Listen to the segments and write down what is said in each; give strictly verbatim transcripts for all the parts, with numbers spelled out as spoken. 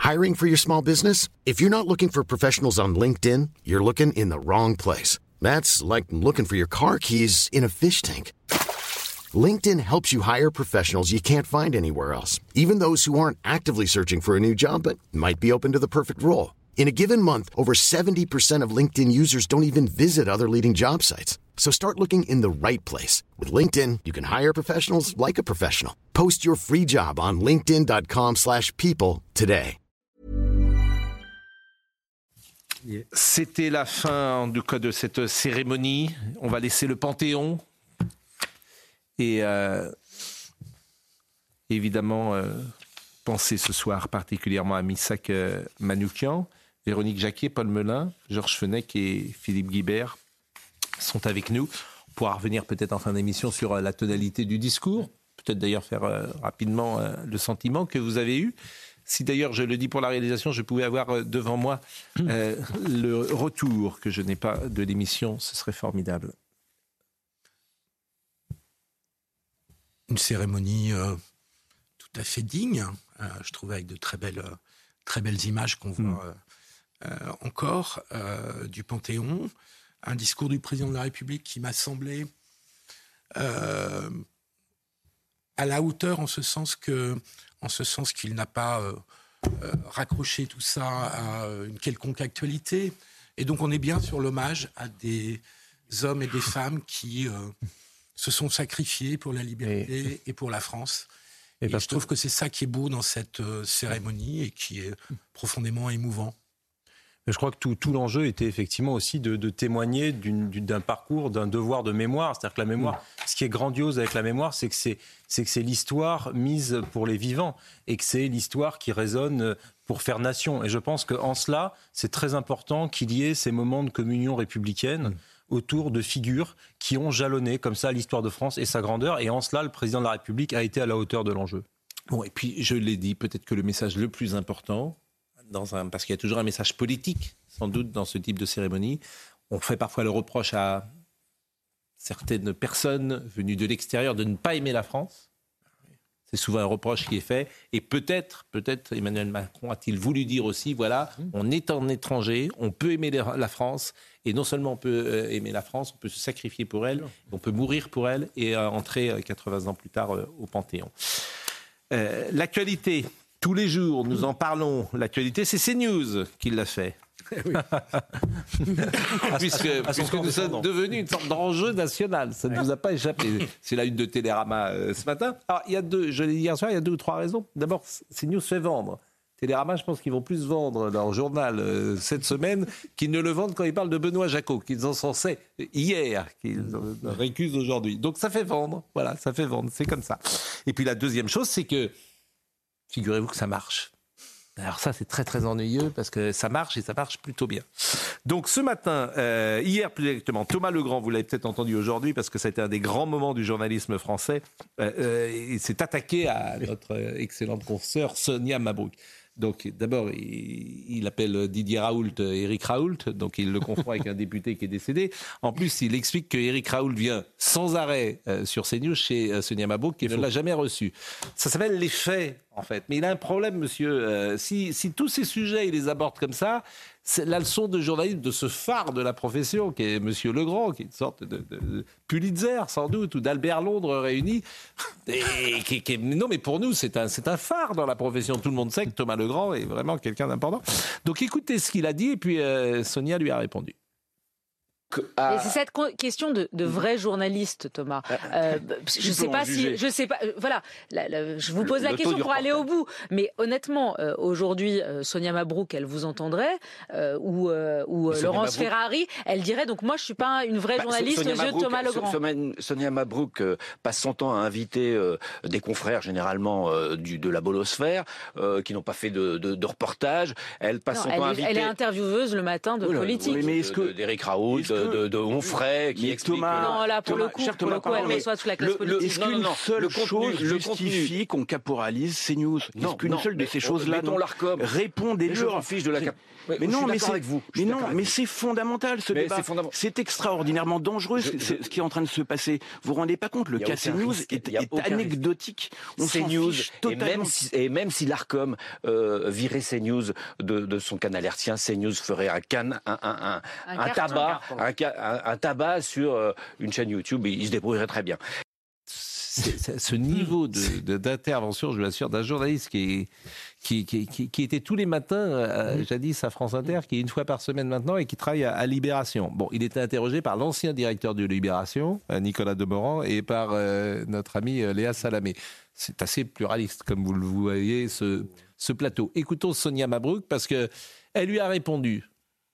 Hiring for your small business? If you're not looking for professionals on LinkedIn, you're looking in the wrong place. That's like looking for your car keys in a fish tank. LinkedIn helps you hire professionals you can't find anywhere else, even those who aren't actively searching for a new job but might be open to the perfect role. In a given month, over seventy percent of LinkedIn users don't even visit other leading job sites. So start looking in the right place. With LinkedIn, you can hire professionals like a professional. Post your free job on linkedin.com slash people today. C'était la fin, en tout cas, de cette cérémonie. On va laisser le Panthéon. Et euh, évidemment, euh, penser ce soir particulièrement à Missak euh, Manoukian, Véronique Jacquier, Paul Melun, Georges Fenech et Philippe Guibert sont avec nous. On pourra revenir peut-être en fin d'émission sur euh, la tonalité du discours, peut-être d'ailleurs faire euh, rapidement euh, le sentiment que vous avez eu. Si d'ailleurs, je le dis pour la réalisation, je pouvais avoir euh, devant moi euh, le retour que je n'ai pas de l'émission, ce serait formidable. Une cérémonie euh, tout à fait digne, euh, je trouve, avec de très belles, euh, très belles images qu'on voit euh, euh, encore euh, du Panthéon. Un discours du président de la République qui m'a semblé euh, à la hauteur, en ce sens que, en ce sens qu'il n'a pas euh, euh, raccroché tout ça à une quelconque actualité. Et donc on est bien sur l'hommage à des hommes et des femmes qui euh, se sont sacrifiés pour la liberté et, et pour la France. Et, et je trouve que c'est ça qui est beau dans cette euh, cérémonie et qui est profondément émouvant. Je crois que tout, tout l'enjeu était effectivement aussi de, de témoigner d'une, d'un parcours, d'un devoir de mémoire. C'est-à-dire que la mémoire, ce qui est grandiose avec la mémoire, c'est que c'est, c'est que c'est l'histoire mise pour les vivants et que c'est l'histoire qui résonne pour faire nation. Et je pense qu'en cela, c'est très important qu'il y ait ces moments de communion républicaine mmh. autour de figures qui ont jalonné comme ça l'histoire de France et sa grandeur. Et en cela, le président de la République a été à la hauteur de l'enjeu. Bon, et puis je l'ai dit, peut-être que le message le plus important, dans un, parce qu'il y a toujours un message politique, sans doute, dans ce type de cérémonie. On fait parfois le reproche à certaines personnes venues de l'extérieur de ne pas aimer la France. C'est souvent un reproche qui est fait. Et peut-être, peut-être Emmanuel Macron a-t-il voulu dire aussi, voilà, on est en étranger, on peut aimer la France, et non seulement on peut aimer la France, on peut se sacrifier pour elle, on peut mourir pour elle, et entrer quatre-vingts ans plus tard au Panthéon. Euh, l'actualité... Tous les jours, nous en parlons. L'actualité, c'est CNews qui l'a fait. Oui. puisque à puisque nous sommes devenus une sorte d'enjeu national. Ça ne vous a pas échappé. C'est la une de Télérama euh, ce matin. Alors, il y a deux, je l'ai dit hier soir, il y a deux ou trois raisons. D'abord, CNews fait vendre. Télérama, je pense qu'ils vont plus vendre leur journal euh, cette semaine qu'ils ne le vendent quand ils parlent de Benoît Jacot, qu'ils en censaient hier, qu'ils en récusent aujourd'hui. Donc, ça fait vendre. Voilà, ça fait vendre. C'est comme ça. Et puis, la deuxième chose, c'est que figurez-vous que ça marche. Alors ça, c'est très très ennuyeux parce que ça marche et ça marche plutôt bien. Donc ce matin, euh, hier plus exactement, Thomas Legrand, vous l'avez peut-être entendu aujourd'hui parce que ça a été un des grands moments du journalisme français, euh, euh, il s'est attaqué à notre excellente consoeur Sonia Mabrouk. Donc d'abord, il, il appelle Didier Raoult Éric Raoult, donc il le confond avec un député qui est décédé. En plus, il explique que Éric Raoult vient sans arrêt euh, sur CNews chez euh, Sonia Mabrouk qui ne l'a jamais reçu. Ça s'appelle les faits, en fait. Mais il a un problème, monsieur. Euh, si, si tous ces sujets, il les aborde comme ça, c'est la leçon de journalisme de ce phare de la profession, qui est monsieur Legrand, qui est une sorte de, de, de Pulitzer, sans doute, ou d'Albert Londres réunis. Et, qui, qui, non, mais pour nous, c'est un, c'est un phare dans la profession. Tout le monde sait que Thomas Legrand est vraiment quelqu'un d'important. Donc écoutez ce qu'il a dit, et puis euh, Sonia lui a répondu. Mais c'est cette question de, de vrai journaliste, Thomas. Euh, je sais pas si, je sais pas. Euh, voilà, la, la, je vous pose le, la le question pour aller au bout. Mais honnêtement, euh, aujourd'hui, euh, Sonia Mabrouk, elle vous entendrait, euh, ou, euh, ou euh, Laurence Mabrouk. Ferrari, elle dirait donc moi, je suis pas une vraie bah, journaliste Sonia aux yeux Mabrouk, de Thomas Legrand. Sonia Mabrouk euh, passe son temps à inviter euh, des confrères généralement euh, du, de la bolosphère euh, qui n'ont pas fait de, de, de reportage. Elle passe non, son elle, temps à inviter. Elle est intervieweuse le matin de oui, politique. Oui, mais est-ce que d'Éric Raoult. de, de Onfray qui explique... Thomas, non, là, pour Thomas, le coup, cher pour Thomas, le coup elle pardon, reçoit toute la classe le, le, politique. Est-ce non, qu'une non, non, seule le contenu, chose le justifie qu'on caporalise CNews? Non, Est-ce qu'une non, seule de ces mais, choses-là mettons l'Arcom. répondez-le. Je m'en fiche de la cap... Mais, mais non, mais c'est avec vous. Mais non, mais c'est fondamental ce mais débat. C'est, fondament... c'est extraordinairement dangereux je, je... ce qui est en train de se passer. Vous vous rendez pas compte, le cas CNews est, est anecdotique. On CNews, totalement. Et même si, et même si l'Arcom euh, virait CNews de, de son canal hertzien, CNews ferait un, can, un, un, un, un, un tabac, un, un, un tabac sur euh, une chaîne YouTube et il se débrouillerait très bien. C'est, c'est, ce niveau de, de, d'intervention, je vous l'assure, d'un journaliste qui, est, qui, qui, qui, qui était tous les matins, euh, jadis à France Inter, qui est une fois par semaine maintenant et qui travaille à, à Libération. Bon, il était interrogé par l'ancien directeur de Libération, Nicolas Demorand, et par euh, notre amie Léa Salamé. C'est assez pluraliste, comme vous le voyez, ce, ce plateau. Écoutons Sonia Mabrouk, parce qu'elle lui a répondu.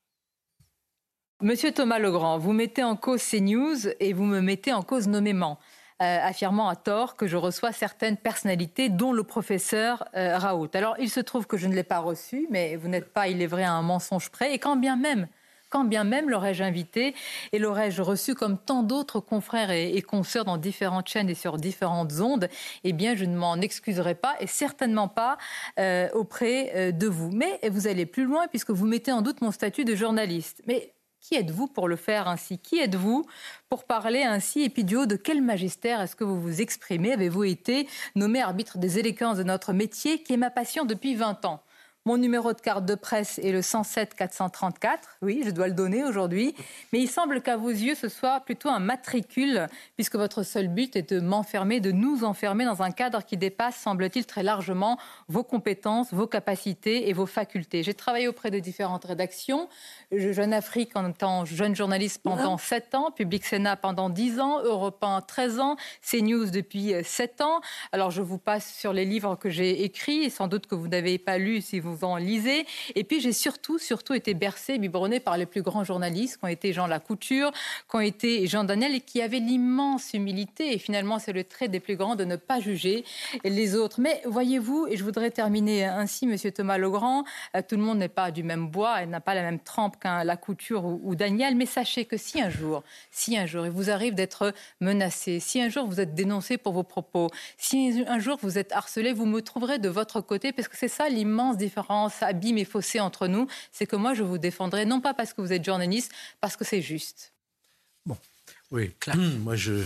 Monsieur Thomas Legrand, vous mettez en cause CNews et vous me mettez en cause nommément. Euh, affirmant à tort que je reçois certaines personnalités, dont le professeur euh, Raoult. Alors, il se trouve que je ne l'ai pas reçu, mais vous n'êtes pas, il est vrai, à un mensonge près. Et quand bien même, quand bien même l'aurais-je invité et l'aurais-je reçu comme tant d'autres confrères et, et consoeurs dans différentes chaînes et sur différentes ondes, eh bien, je ne m'en excuserai pas et certainement pas euh, auprès euh, de vous. Mais vous allez plus loin puisque vous mettez en doute mon statut de journaliste. Mais qui êtes-vous pour le faire ainsi? Qui êtes-vous pour parler ainsi? Et puis du haut de quel magistère est-ce que vous vous exprimez? Avez-vous été nommé arbitre des élégances de notre métier, qui est ma passion depuis vingt ans? Mon numéro de carte de presse est le cent sept quatre cent trente-quatre. Oui, je dois le donner aujourd'hui. Mais il semble qu'à vos yeux, ce soit plutôt un matricule, puisque votre seul but est de m'enfermer, de nous enfermer dans un cadre qui dépasse, semble-t-il, très largement vos compétences, vos capacités et vos facultés. J'ai travaillé auprès de différentes rédactions. Jeune Afrique en tant que jeune journaliste pendant sept ans, Public Sénat pendant dix ans, Europe un treize ans, CNews depuis sept ans. Alors je vous passe sur les livres que j'ai écrits, et sans doute que vous n'avez pas lu si vous en lisez. Et puis j'ai surtout, surtout été bercée, biberonnée par les plus grands journalistes qui ont été Jean Lacouture, qui ont été Jean Daniel, et qui avaient l'immense humilité, et finalement c'est le trait des plus grands, de ne pas juger les autres. Mais voyez-vous, et je voudrais terminer ainsi, Monsieur Thomas Legrand, tout le monde n'est pas du même bois, elle n'a pas la même trempe qu'un Lacouture ou, ou Daniel, mais sachez que si un jour, si un jour il vous arrive d'être menacé, si un jour vous êtes dénoncé pour vos propos, si un jour vous êtes harcelé, vous me trouverez de votre côté, parce que c'est ça l'immense différence, abîme et fossé entre nous, c'est que moi je vous défendrai, non pas parce que vous êtes journaliste, parce que c'est juste. Bon, oui, mmh, moi je,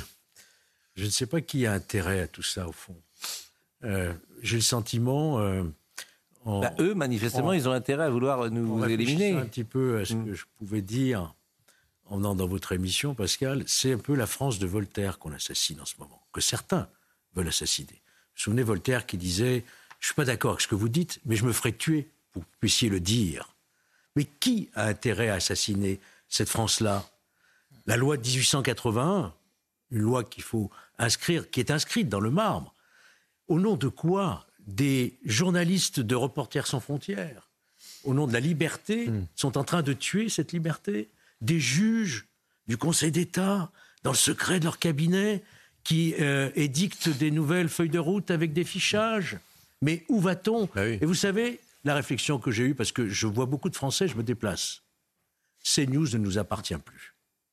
je ne sais pas qui a intérêt à tout ça au fond. Euh, j'ai le sentiment... Euh, En, bah, eux, manifestement, en, ils ont intérêt à vouloir nous éliminer. Un petit peu à ce mmh. que je pouvais dire en venant dans votre émission, Pascal, c'est un peu la France de Voltaire qu'on assassine en ce moment, que certains veulent assassiner. Vous vous souvenez Voltaire qui disait « Je ne suis pas d'accord avec ce que vous dites, mais je me ferai tuer pour que vous puissiez le dire ». Mais qui a intérêt à assassiner cette France-là? La loi de dix-huit cent quatre-vingt-un, une loi qu'il faut inscrire, qui est inscrite dans le marbre. Au nom de quoi des journalistes de Reporters sans frontières, au nom de la liberté, mmh. sont en train de tuer cette liberté. Des juges du Conseil d'État, dans le secret de leur cabinet, qui euh, édictent des nouvelles feuilles de route avec des fichages. Mais où va-t-on? Bah oui. Et vous savez, la réflexion que j'ai eue, parce que je vois beaucoup de Français, je me déplace. CNews ne nous appartient plus.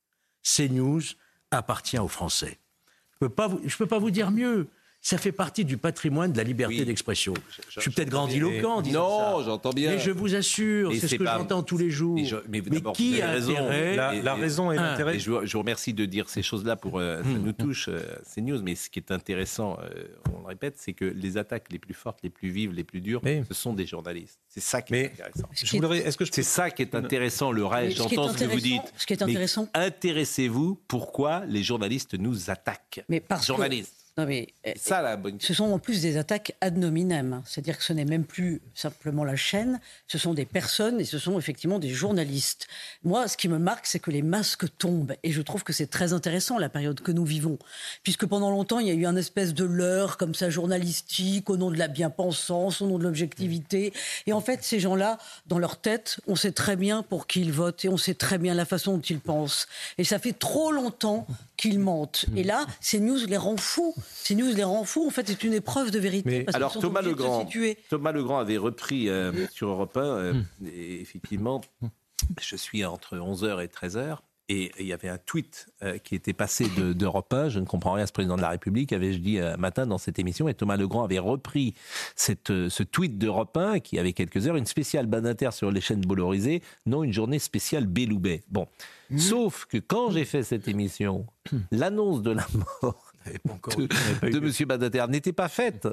CNews appartient aux Français. Je ne peux pas vous, je peux pas vous dire mieux. Ça fait partie du patrimoine de la liberté oui. d'expression. Je, je, je suis peut-être grandiloquent en disant ça. Non, j'entends bien. Mais je vous assure, mais c'est, c'est ce que pas... j'entends tous les jours. Mais, je, mais, mais qui a raison, intérêt La, la raison et un, l'intérêt. Et je, je vous remercie de dire ces choses-là pour euh, ça nous touche, euh, ces news. Mais ce qui est intéressant, euh, on le répète, c'est que les attaques les plus fortes, les plus vives, les plus dures, mais... ce sont des journalistes. C'est ça qui mais... est intéressant. Je voudrais, est-ce que je peux... C'est ça qui est intéressant, le reste. J'entends ce que vous dites. Ce qui est intéressant. Mais intéressez-vous pourquoi les journalistes nous attaquent. Mais parce journalistes. Que... Non mais, ça, la bonne... Ce sont en plus des attaques ad nominem, c'est-à-dire que ce n'est même plus simplement la chaîne, ce sont des personnes et ce sont effectivement des journalistes. Moi, ce qui me marque, c'est que les masques tombent et je trouve que c'est très intéressant la période que nous vivons, puisque pendant longtemps, il y a eu un espèce de leurre comme ça journalistique au nom de la bien-pensance, au nom de l'objectivité. Et en fait, ces gens-là, dans leur tête, on sait très bien pour qui ils votent et on sait très bien la façon dont ils pensent. Et ça fait trop longtemps qu'ils mentent. Et là, CNews les rend fous. CNews les rend fous. En fait, c'est une épreuve de vérité. Mais parce alors, Thomas Legrand, se Thomas Legrand avait repris euh, sur Europe un, euh, et effectivement, je suis entre onze heures et treize heures, Et il y avait un tweet euh, qui était passé de, d'Europe un, je ne comprends rien à ce président de la République, avait-je dit un matin dans cette émission, et Thomas Legrand avait repris cette, ce tweet d'Europe un, qui avait quelques heures, une spéciale Badinter sur les chaînes Bolloré, non une journée spéciale Belloubet. Bon, mmh. Sauf que quand j'ai fait cette émission, l'annonce de la mort de, de M. Badinter n'était pas faite.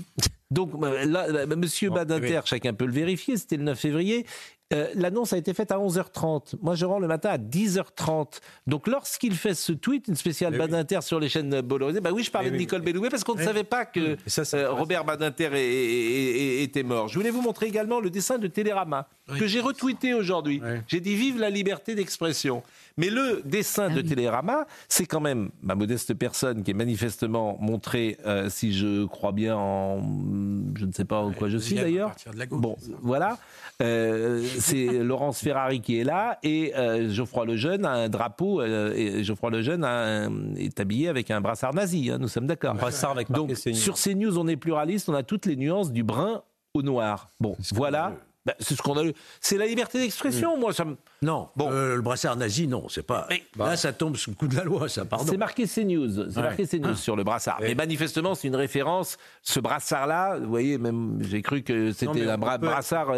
Donc, là, là, M. Badinter, chacun peut le vérifier, c'était le neuf février. Euh, l'annonce a été faite à onze heures trente. Moi, je rends le matin à dix heures trente. Donc, lorsqu'il fait ce tweet, une spéciale mais Badinter oui. sur les chaînes Bolloré, bah oui, je parlais mais de Nicole oui. Belloubet parce qu'on oui. ne savait pas que ça, euh, Robert Badinter est, est, est, était mort. Je voulais vous montrer également le dessin de Télérama oui. que j'ai retweeté aujourd'hui. Oui. J'ai dit vive la liberté d'expression. Mais le dessin ah, de oui. Télérama, c'est quand même ma modeste personne qui est manifestement montrée, euh, si je crois bien, en je ne sais pas en quoi je suis d'ailleurs. Bon, voilà. Euh, c'est Laurence Ferrari qui est là et euh, Geoffroy Lejeune a un drapeau euh, et Geoffroy Lejeune a un, est habillé avec un brassard nazi, hein, nous sommes d'accord. Un brassard avec marqué C N U. Sur CNews, on est pluraliste, on a toutes les nuances du brun au noir. Bon, voilà. Ben, c'est ce qu'on a eu. C'est la liberté d'expression, mmh. moi. Ça me... Non, bon. euh, le brassard nazi, non, c'est pas. Mais, là, bah. ça tombe sous le coup de la loi, ça, pardon. C'est marqué CNews, c'est ouais. marqué CNews ah. sur le brassard. Ouais. Mais manifestement, c'est une référence. Ce brassard-là, vous voyez, même j'ai cru que c'était non, un bra- peut... brassard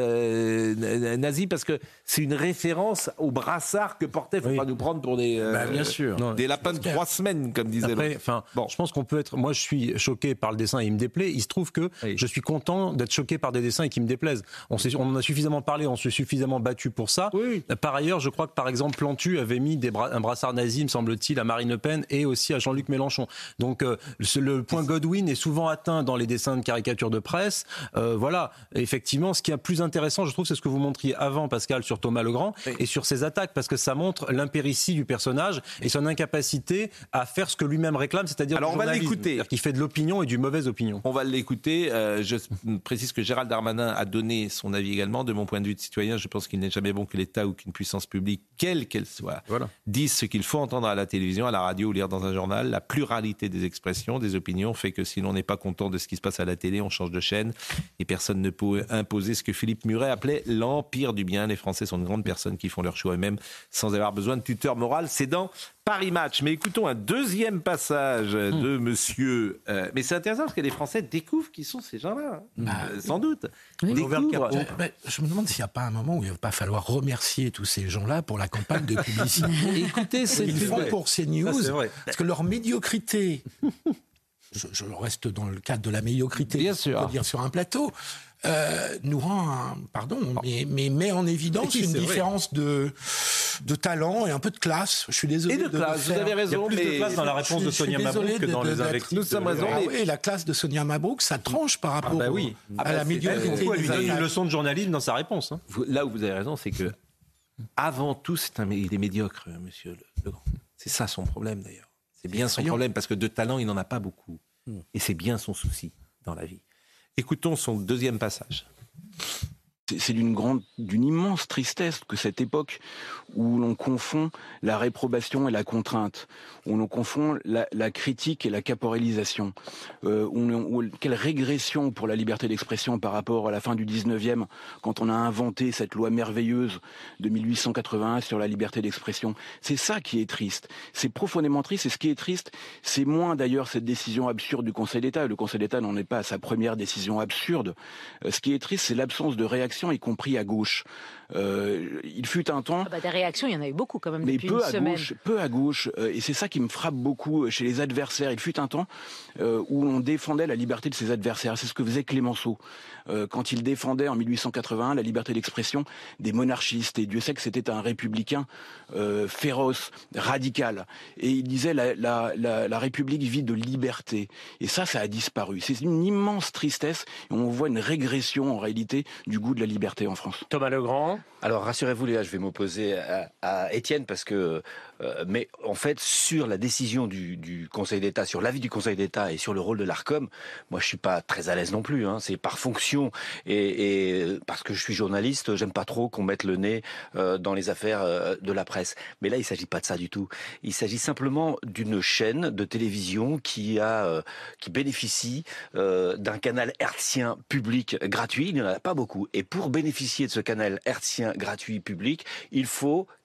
euh, nazi parce que c'est une référence au brassard que portait. Faut oui. pas nous prendre pour des, euh, bah, bien sûr. Non, des lapins de trois semaines, comme disait Après, enfin, bon. Je pense qu'on peut être. Moi, je suis choqué par le dessin et il me déplaît. Il se trouve que oui. je suis content d'être choqué par des dessins et qui me déplaisent. On, on en a suffisamment parlé, on s'est suffisamment battu pour ça. Oui. Par ailleurs, je crois que par exemple Plantu avait mis des bra- un brassard nazi, me semble-t-il, à Marine Le Pen et aussi à Jean-Luc Mélenchon. Donc euh, le point Godwin est souvent atteint dans les dessins de caricature de presse. Euh, voilà, effectivement, ce qui est plus intéressant, je trouve, c'est ce que vous montriez avant, Pascal, sur Thomas Legrand oui. et sur ses attaques, parce que ça montre l'impéritie du personnage et son incapacité à faire ce que lui-même réclame, c'est-à-dire Alors, du on va l'écouter. C'est-à-dire qu'il fait de l'opinion et du mauvaise opinion. On va l'écouter. Euh, je précise que Gérald Darmanin a donné son avis également. De mon point de vue de citoyen, je pense qu'il n'est jamais bon que l'État ou qu'une puissance publique, quelle qu'elle soit, voilà. disent ce qu'il faut entendre à la télévision, à la radio ou lire dans un journal. La pluralité des expressions, des opinions fait que si l'on n'est pas content de ce qui se passe à la télé, on change de chaîne et personne ne peut imposer ce que Philippe Muret appelait l'empire du bien. Les Français sont de grandes personnes qui font leur choix eux-mêmes sans avoir besoin de tuteur moral. C'est dans Paris Match. Mais écoutons un deuxième passage mmh. de monsieur... Euh, mais c'est intéressant parce que les Français découvrent qui sont ces gens-là. Bah, euh, sans doute. Oui. Découvrent... Oh, bah, je me demande s'il n'y a pas un moment où il ne va pas falloir remercier tous ces gens-là pour la campagne de publicité. Écoutez, c'est ils font pour CNews, ça, parce que leur médiocrité, je, je reste dans le cadre de la médiocrité, bien sûr, dire sur un plateau, euh, nous rend, un, pardon, mais, mais met en évidence oui, une différence de, de talent et un peu de classe. Je suis désolé. Et de, de classe, vous avez raison. Il y a plus mais de classe dans la réponse de Sonia Mabrouk que dans les invectives. Nous sommes raison. Ah oui, la classe de Sonia Mabrouk, ça tranche par rapport ah bah oui. à ah bah la médiocrité. Pourquoi elle lui donne une leçon de journalisme dans sa réponse hein. vous, Là où vous avez raison, c'est que avant tout, c'est un, il est médiocre, monsieur Legrand. C'est ça son problème d'ailleurs. C'est bien son problème parce que de talent, il n'en a pas beaucoup. Et c'est bien son souci dans la vie. Écoutons son deuxième passage. C'est d'une grande, d'une immense tristesse que cette époque où l'on confond la réprobation et la contrainte, où l'on confond la, la critique et la caporalisation, euh, où, où, quelle régression pour la liberté d'expression par rapport à la fin du dix-neuvième, quand on a inventé cette loi merveilleuse de mille huit cent quatre-vingt-un sur la liberté d'expression. C'est ça qui est triste. C'est profondément triste. Et ce qui est triste, c'est moins d'ailleurs cette décision absurde du Conseil d'État. Le Conseil d'État n'en est pas à sa première décision absurde. Euh, ce qui est triste, c'est l'absence de réaction, y compris à gauche. Euh, il fut un temps... Ah bah des réactions, il y en a eu beaucoup quand même mais depuis peu une à semaine. Gauche, peu à gauche, euh, et c'est ça qui me frappe beaucoup chez les adversaires. Il fut un temps euh, où on défendait la liberté de ses adversaires. C'est ce que faisait Clémenceau euh, quand il défendait en mille huit cent quatre-vingt-un la liberté d'expression des monarchistes. Et Dieu sait que c'était un républicain euh, féroce, radical. Et il disait la, la, la, la République vit de liberté. Et ça, ça a disparu. C'est une immense tristesse. Et on voit une régression en réalité du goût de la liberté en France. Thomas Legrand. Alors rassurez-vous les gars, je vais m'opposer à, à Étienne parce que, euh, mais en fait sur la décision du, du Conseil d'État, sur l'avis du Conseil d'État et sur le rôle de l'Arcom, moi je suis pas très à l'aise non plus. Hein, c'est par fonction et, et parce que je suis journaliste, j'aime pas trop qu'on mette le nez euh, dans les affaires euh, de la presse. Mais là il s'agit pas de ça du tout. Il s'agit simplement d'une chaîne de télévision qui a, euh, qui bénéficie euh, d'un canal hertzien public gratuit. Il n'y en a pas beaucoup. Et pour bénéficier de ce canal hertzien gratuit public, il faut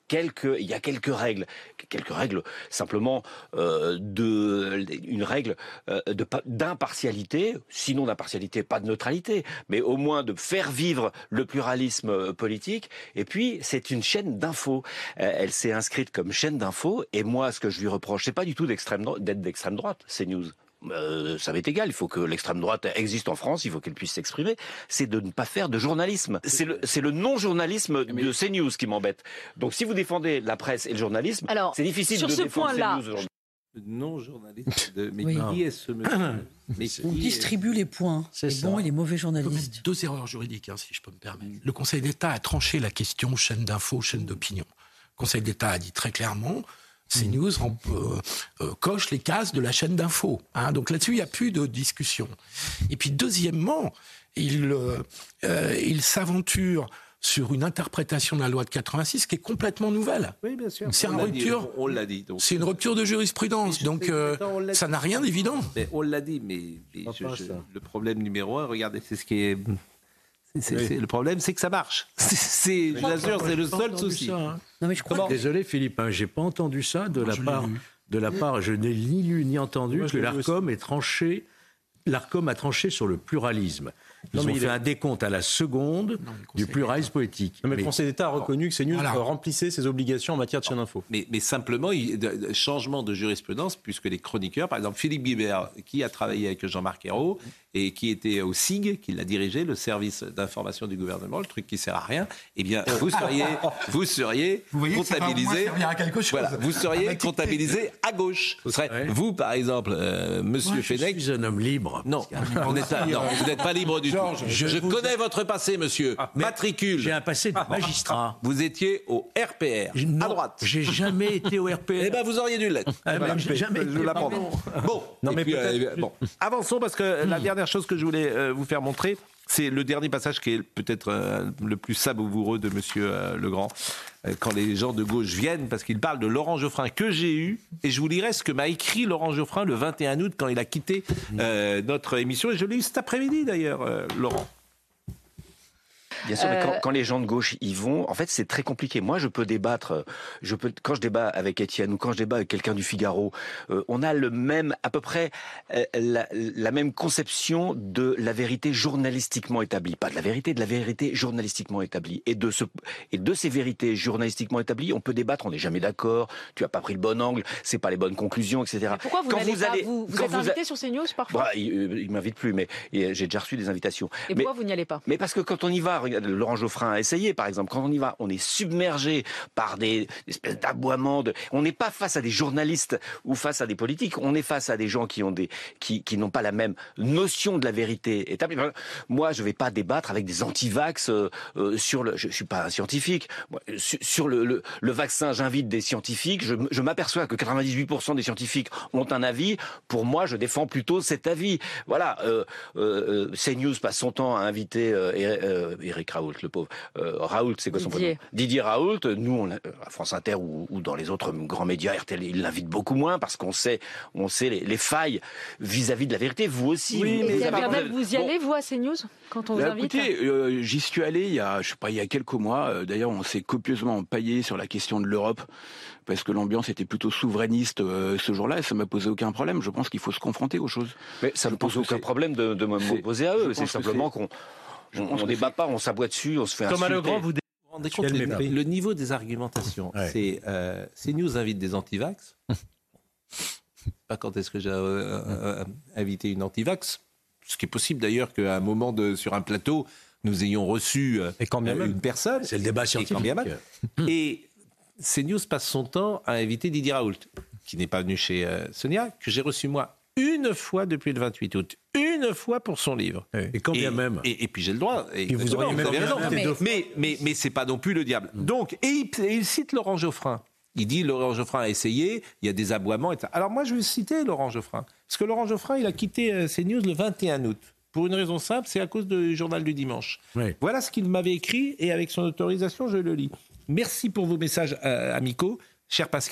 quelques, il y a quelques règles, quelques règles simplement euh, de, une règle euh, de, d'impartialité, sinon d'impartialité, pas de neutralité, mais au moins de faire vivre le pluralisme politique. Et puis, c'est une chaîne d'infos. Euh, elle s'est inscrite comme chaîne d'infos, et moi, ce que je lui reproche, c'est pas du tout d'extrême, d'être d'extrême droite, CNews. Euh, ça m'est égal, il faut que l'extrême droite existe en France, il faut qu'elle puisse s'exprimer, c'est de ne pas faire de journalisme. C'est le, c'est le non-journalisme de CNews qui m'embête. Donc si vous défendez la presse et le journalisme, alors, c'est difficile de défendre CNews aujourd'hui. Le non-journalisme de... Mais oui. Qui est ce monsieur mais On distribue est... les points, c'est les ça. bons et les mauvais journalistes. Deux erreurs juridiques, hein, si je peux me permettre. Le Conseil d'État a tranché la question chaîne d'info, chaîne d'opinion. Le Conseil d'État a dit très clairement... CNews euh, euh, coche les cases de la chaîne d'info. Hein, donc là-dessus, il n'y a plus de discussion. Et puis, deuxièmement, il, euh, euh, il s'aventure sur une interprétation de la loi de quatre-vingt-six qui est complètement nouvelle. Oui, bien sûr. C'est, une rupture, dit, on, on l'a dit, donc. C'est une rupture de jurisprudence. Donc, euh, ça n'a rien d'évident. Mais on l'a dit, mais, mais je, je, le problème numéro un, regardez, c'est ce qui est... C'est, oui. c'est, le problème, c'est que ça marche. C'est, c'est, je l'assure, c'est le seul souci. Ça, hein. Non, mais je crois. Désolé, Philippe, hein, j'ai pas entendu ça de Moi, la part. De la part, je n'ai ni lu ni entendu Moi, que l'Arcom ait tranché. L'Arcom a tranché sur le pluralisme. Ils non, mais ont fait est... un décompte à la seconde non, du pluralisme politique. Non, mais, mais le Conseil d'État a reconnu que CNews voilà. remplissait ses obligations en matière de chaîne d'info. Mais, mais simplement, il, de, de, changement de jurisprudence, puisque les chroniqueurs, par exemple Philippe Guibert, qui a travaillé avec Jean-Marc Ayrault et qui était au S I G, qui l'a dirigé, le service d'information du gouvernement, le truc qui sert à rien, eh bien, vous seriez, vous seriez vous voyez comptabilisé. À quelque chose. Voilà, vous seriez comptabilisé à gauche. Vous, serez, ouais. vous par exemple, euh, Monsieur Fenech. Je suis un homme libre. Non, on est un, non vous n'êtes pas libre du tout. Georges, je, je connais votre passé, monsieur. Ah, Matricule. J'ai un passé de magistrat. Vous étiez au R P R, non, à droite. J'ai jamais été au R P R. Eh bien, vous auriez dû l'être. Ah, voilà, j'ai jamais je été. L'apprends. Bon, non, mais puis, euh, bon, avançons parce que hmm. la dernière chose que je voulais euh, vous faire montrer, c'est le dernier passage qui est peut-être euh, le plus savoureux de monsieur euh, Legrand. Euh, quand les gens de gauche viennent, parce qu'il parle de Laurent Geoffrin que j'ai eu, et je vous lirai ce que m'a écrit Laurent Geoffrin le vingt et un août quand il a quitté euh, notre émission, et je l'ai eu cet après-midi d'ailleurs, euh, Laurent. Bien sûr, euh... mais quand, quand les gens de gauche y vont, en fait, c'est très compliqué. Moi, je peux débattre, je peux, quand je débat avec Étienne ou quand je débat avec quelqu'un du Figaro, euh, on a le même, à peu près, euh, la, la même conception de la vérité journalistiquement établie. Pas de la vérité, de la vérité journalistiquement établie. Et de ce, et de ces vérités journalistiquement établies, on peut débattre, on n'est jamais d'accord, tu as pas pris le bon angle, c'est pas les bonnes conclusions, et cetera. Mais pourquoi vous quand n'allez vous pas, allez, vous, vous êtes vous invité a... sur CNews parfois? Bah, il, euh, il m'invite plus, mais j'ai déjà reçu des invitations. Et mais, pourquoi vous n'y allez pas? Mais parce que quand on y va, Laurent Geoffrin a essayé, par exemple. Quand on y va, on est submergé par des espèces d'aboiements. De... On n'est pas face à des journalistes ou face à des politiques. On est face à des gens qui ont des, qui, qui n'ont pas la même notion de la vérité établie. Moi, je ne vais pas débattre avec des anti-vax euh, euh, sur le. Je, je suis pas un scientifique. Moi, sur, sur le, le, le vaccin, j'invite des scientifiques. Je, je m'aperçois que quatre-vingt-dix-huit pour cent des scientifiques ont un avis. Pour moi, je défends plutôt cet avis. Voilà. Euh, euh, CNews passe son temps à inviter euh, euh, Éric Raoult, le pauvre. Euh, Raoult, c'est quoi son prénom? Didier Raoult. Nous, on, à France Inter ou, ou dans les autres grands médias, R T L, ils l'invitent beaucoup moins parce qu'on sait, on sait les, les failles vis-à-vis de la vérité. Vous aussi. Oui, vous, mais vous, avez... vous y allez, bon. vous, à CNews, quand on vous là, invite? Écoutez, euh, j'y suis allé il y a, je sais pas, il y a quelques mois. Euh, d'ailleurs, on s'est copieusement empaillé sur la question de l'Europe parce que l'ambiance était plutôt souverainiste euh, ce jour-là et ça m'a posé aucun problème. Je pense qu'il faut se confronter aux choses. Mais ça ne pose aucun problème de, de m'opposer à eux. C'est simplement qu'on on ne débat pas, on s'aboie dessus, on se fait Thomas insulter. Legrand, vous vous rendez compte le, le niveau des argumentations. Ouais. C'est euh, CNews invite des antivax. Pas quand est-ce que j'ai euh, euh, invité une antivax. Ce qui est possible d'ailleurs qu'à un moment de, sur un plateau, nous ayons reçu euh, et quand bien euh, une personne. C'est le débat scientifique. Et, et CNews passe son temps à inviter Didier Raoult, qui n'est pas venu chez euh, Sonia, que j'ai reçu moi une fois depuis le vingt-huit août. Une fois pour son livre. Et quand bien et, même. Et, et puis j'ai le droit. Et et vous auriez même raison. Mais, mais, mais, mais c'est pas non plus le diable. Mm. Donc, et il, et il cite Laurent Geoffrin. Il dit Laurent Geoffrin a essayé, il y a des aboiements, et cetera. Alors moi, je vais citer Laurent Geoffrin. Parce que Laurent Geoffrin, il a quitté euh, CNews le vingt et un août. Pour une raison simple, c'est à cause du journal du dimanche. Oui. Voilà ce qu'il m'avait écrit, et avec son autorisation, je le lis. Merci pour vos messages euh, amicaux. Cher Pascal,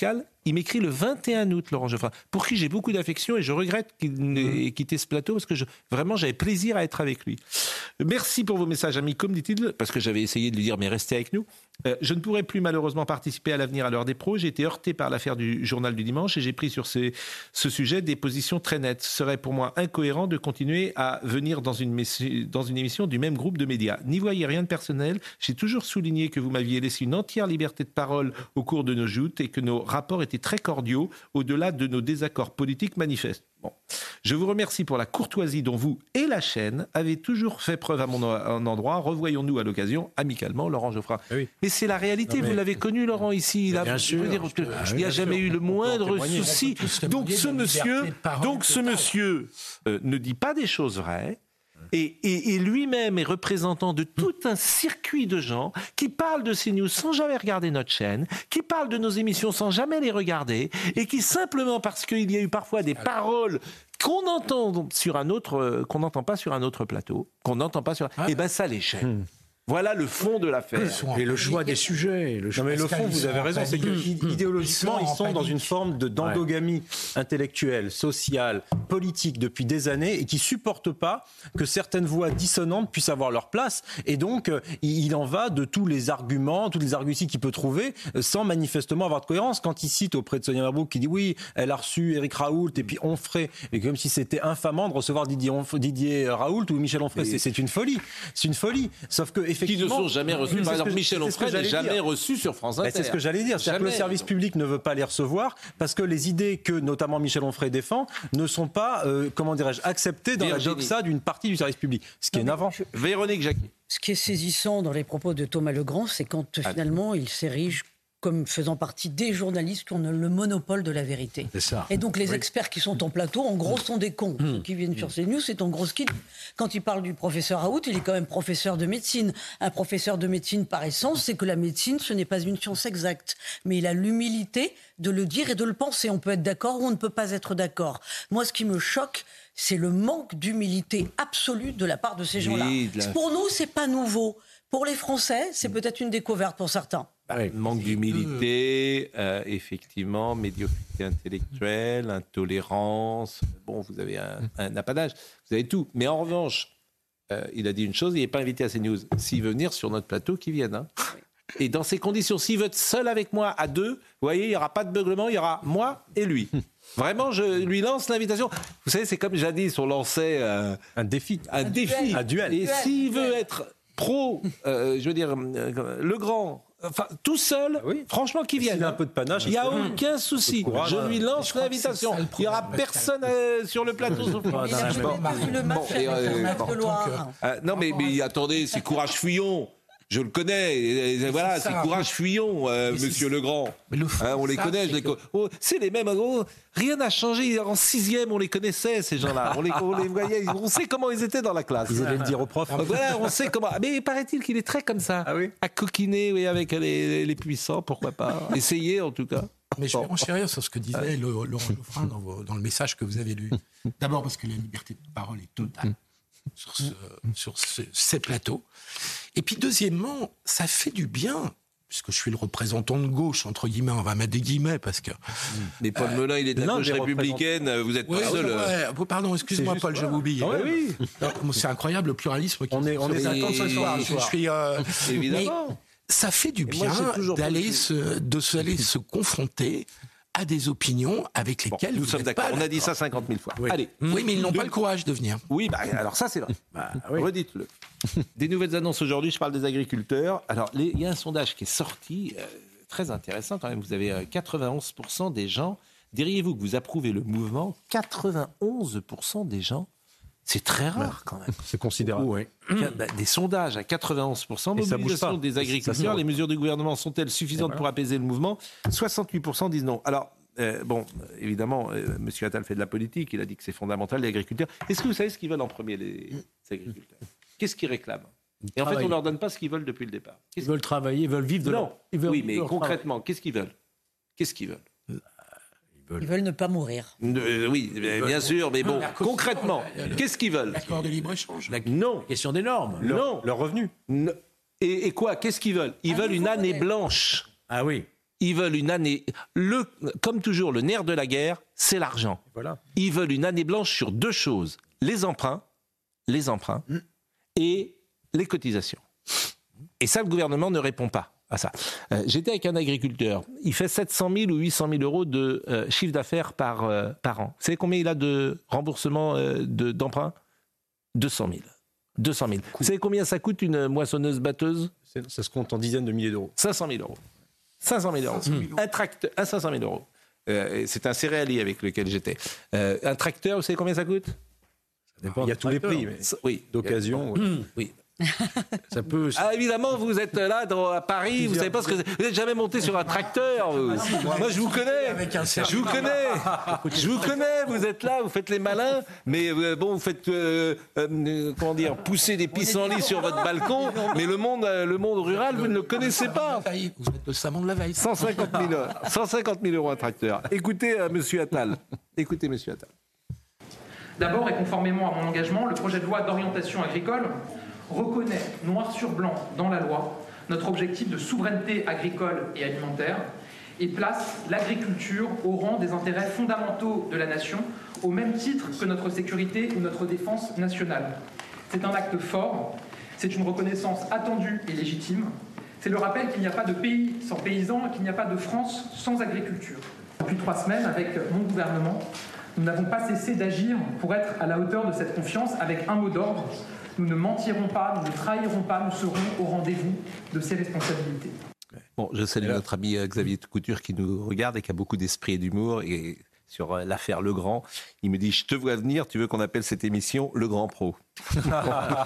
Il m'écrit le vingt et un août, Laurent Geoffrin, pour qui j'ai beaucoup d'affection et je regrette qu'il n'ait quitté ce plateau parce que je, vraiment j'avais plaisir à être avec lui. Merci pour vos messages, amis, comme dit-il, parce que j'avais essayé de lui dire mais restez avec nous. Euh, je ne pourrai plus malheureusement participer à l'avenir à l'heure des pros. J'ai été heurté par l'affaire du journal du dimanche et j'ai pris sur ces, ce sujet des positions très nettes. Ce serait pour moi incohérent de continuer à venir dans une, messi- dans une émission du même groupe de médias. N'y voyez rien de personnel. J'ai toujours souligné que vous m'aviez laissé une entière liberté de parole au cours de nos joutes et que nos rapports étaient très cordiaux au-delà de nos désaccords politiques manifestes. Bon. Je vous remercie pour la courtoisie dont vous et la chaîne avez toujours fait preuve à mon endroit. Revoyons-nous à l'occasion, amicalement, Laurent Geoffrin. Oui. Mais c'est la réalité, non, mais... vous l'avez connu, Laurent, ici. Là, bien sûr. Dire, il n'y a jamais eu le moindre souci. Donc ce monsieur, donc ce monsieur euh, ne dit pas des choses vraies. Et, et, et lui-même est représentant de tout un circuit de gens qui parlent de CNews sans jamais regarder notre chaîne, qui parlent de nos émissions sans jamais les regarder, et qui simplement parce qu'il y a eu parfois des paroles qu'on entend sur un autre, qu'on n'entend pas sur un autre plateau, qu'on n'entend pas sur, ah. et ben ça les gêne. Hmm. Voilà le fond de l'affaire. Et le choix des sujets. Le choix non mais le fond, vous avez raison, c'est que idéologiquement, ils sont dans une forme de d'endogamie ouais. intellectuelle, sociale, politique depuis des années et qui supportent pas que certaines voix dissonantes puissent avoir leur place. Et donc, il en va de tous les arguments, tous les arguties qu'il peut trouver, sans manifestement avoir de cohérence. Quand il cite auprès de Sonia Mabrouk qui dit oui, elle a reçu Éric Raoult et puis Onfray, et comme si c'était infamant de recevoir Didier, Onf- Didier Raoult ou Michel Onfray, c'est, c'est une folie. C'est une folie. Sauf que qui ne sont jamais reçus. Par exemple, Michel Onfray n'est jamais reçu sur France Inter. C'est ce que j'allais dire. C'est-à-dire que le service public ne veut pas les recevoir parce que les idées que notamment Michel Onfray défend ne sont pas, euh, comment dirais-je, acceptées dans Virginie. La doxa d'une partie du service public. Ce qui non, est navrant. Je... Véronique Jacquier. Ce qui est saisissant dans les propos de Thomas Legrand, c'est quand ah. finalement il s'érige comme faisant partie des journalistes qui ont le monopole de la vérité. C'est ça. Et donc les oui. experts qui sont en plateau, en gros, sont des cons. Mmh. Ceux qui viennent sur CNews, c'est en gros ce qu'ils... Quand il parle du professeur Raoult, il est quand même professeur de médecine. Un professeur de médecine, par essence, c'est que la médecine, ce n'est pas une science exacte. Mais il a l'humilité de le dire et de le penser. On peut être d'accord ou on ne peut pas être d'accord. Moi, ce qui me choque, c'est le manque d'humilité absolue de la part de ces gens-là. Oui, de la... Pour nous, c'est pas nouveau. Pour les Français, c'est peut-être une découverte pour certains. Bah, manque d'humilité, euh, effectivement, médiocrité intellectuelle, intolérance. Bon, vous avez un, un apanage, vous avez tout. Mais en revanche, euh, il a dit une chose, il n'est pas invité à CNews. S'il veut venir sur notre plateau, qu'il vienne. Hein. Et dans ces conditions, s'il veut être seul avec moi à deux, vous voyez, il n'y aura pas de beuglement, il y aura moi et lui. Vraiment, je lui lance l'invitation. Vous savez, c'est comme jadis, on lançait euh, un défi. Un, un défi. Duel. Un duel. Et s'il veut être pro, euh, je veux dire, euh, le grand... Enfin, tout seul, oui. franchement, qu'il vienne. Il a un peu de panache. Il n'y a aucun souci. Courage, je lui lance l'invitation. Il n'y aura personne euh, sur le plateau. Sauf moi. Il a le match avec le Loire. Non, mais, mais attendez, c'est Courage Fuyons. Je le connais, et, et voilà, c'est, c'est Courage Fuyons, euh, Monsieur Legrand. Le hein, on les ça, connaît, c'est, je les que... oh, c'est les mêmes. Oh, rien n'a changé. En sixième, on les connaissait, ces gens-là. On les, on les voyait, on sait comment ils étaient dans la classe. Ils allaient le dire au prof. Voilà, on sait comment. Mais paraît-il qu'il est très comme ça, ah oui à coquiner, oui, avec les, les puissants, pourquoi pas. Essayez en tout cas. Mais je vais renchérir sur ce que disait Laurent Geoffrin dans, vos, dans le message que vous avez lu. D'abord parce que la liberté de parole est totale sur, ce, sur ce, ces plateaux. Et puis deuxièmement, ça fait du bien, puisque je suis le représentant de gauche, entre guillemets, on va mettre des guillemets, parce que... Mais Paul euh, Melun, il est de la gauche républicaine, vous êtes ouais, pas seul. Ouais, pardon, excuse-moi Paul, je m'oublie. Ouais, oui. C'est incroyable le pluralisme. On est, on est attend ce soir. Je, je suis... Euh, Évidemment. Mais ça fait du bien moi, d'aller se, de se, aller se confronter à des opinions avec lesquelles bon, nous vous sommes d'accord. Pas on a dit ça cinquante mille fois. Oui. Allez. Oui, mais ils n'ont pas le courage de venir. Oui, bah, alors ça c'est vrai. Bah, oui. Redites-le. Des nouvelles annonces aujourd'hui, je parle des agriculteurs. Alors, les, il y a un sondage qui est sorti, euh, très intéressant quand même. Vous avez euh, quatre-vingt-onze pour cent des gens, diriez-vous que vous approuvez le mouvement, quatre-vingt-onze pour cent des gens, c'est très rare quand même. C'est considérable. Oui. Des sondages à quatre-vingt-onze pour cent, mobilisation des agriculteurs, les mesures du gouvernement sont-elles suffisantes voilà. pour apaiser le mouvement ? soixante-huit pour cent disent non. Alors, euh, bon, évidemment, euh, M. Attal fait de la politique, il a dit que c'est fondamental, les agriculteurs. Est-ce que vous savez ce qu'ils veulent en premier, les, les agriculteurs ? Qu'est-ce qu'ils réclament ? Et en fait, on ne leur donne pas ce qu'ils veulent depuis le départ. Qu'est-ce ils veulent travailler, ils veulent vivre de non. leur... Ils veulent oui, mais concrètement, qu'est-ce qu'ils veulent ? Qu'est-ce qu'ils veulent ? Ils veulent... ils veulent ne pas mourir. Euh, oui, bien veulent... sûr, mais bon, concrètement, qu'est-ce qu'ils veulent ? L'accord de libre-échange. La... Non. La question des normes. Leur, non. Leur revenu. Non. Et, et quoi ? Qu'est-ce qu'ils veulent ? Ils Un veulent une année blanche. Ah oui. Ils veulent une année... Le, comme toujours, le nerf de la guerre, c'est l'argent. Voilà. Ils veulent une année blanche sur deux choses. Les emprunts, les emprunts mmh. et les cotisations. Et ça, le gouvernement ne répond pas à ça. Euh, j'étais avec un agriculteur. Il fait sept cent mille ou huit cent mille euros de euh, chiffre d'affaires par, euh, par an. Vous savez combien il a de remboursement euh, de, d'emprunt ? deux cent mille. deux cent mille. Vous savez combien ça coûte une moissonneuse-batteuse ? Ça se compte en dizaines de milliers d'euros. cinq cent mille euros. cinq cent mille euros. Mmh. Un tracteur, un cinq cent mille euros. Euh, c'est un céréalier avec lequel j'étais. Euh, un tracteur, vous savez combien ça coûte ? Ça dépend. Il y a tous les prix, mais oui. D'occasion. Oui. oui. Ça peut. Ah, évidemment, vous êtes là dans, à Paris, vous savez pas ce que c'est. Vous n'êtes jamais monté sur un tracteur. Vous. Moi, je vous connais. Je vous connais. Je vous connais. Vous êtes là, vous faites les malins, mais euh, bon, vous faites euh, euh, comment dire, pousser des pissenlits sur votre balcon. Mais le monde, euh, le monde rural, vous ne le connaissez pas. Vous êtes le savon de la veille. cent cinquante mille euros un tracteur. Écoutez, euh, Monsieur Attal. Écoutez, Monsieur Attal. D'abord, et conformément à mon engagement, le projet de loi d'orientation agricole reconnaît noir sur blanc dans la loi notre objectif de souveraineté agricole et alimentaire et place l'agriculture au rang des intérêts fondamentaux de la nation au même titre que notre sécurité ou notre défense nationale. C'est un acte fort, c'est une reconnaissance attendue et légitime, c'est le rappel qu'il n'y a pas de pays sans paysans et qu'il n'y a pas de France sans agriculture. Depuis trois semaines, avec mon gouvernement, nous n'avons pas cessé d'agir pour être à la hauteur de cette confiance avec un mot d'ordre. Nous ne mentirons pas, nous ne trahirons pas, nous serons au rendez-vous de ces responsabilités. Bon, je salue notre ami Xavier Couture qui nous regarde et qui a beaucoup d'esprit et d'humour. Et sur l'affaire Legrand, il me dit « Je te vois venir, tu veux qu'on appelle cette émission Le Grand Pro ?» C'est pas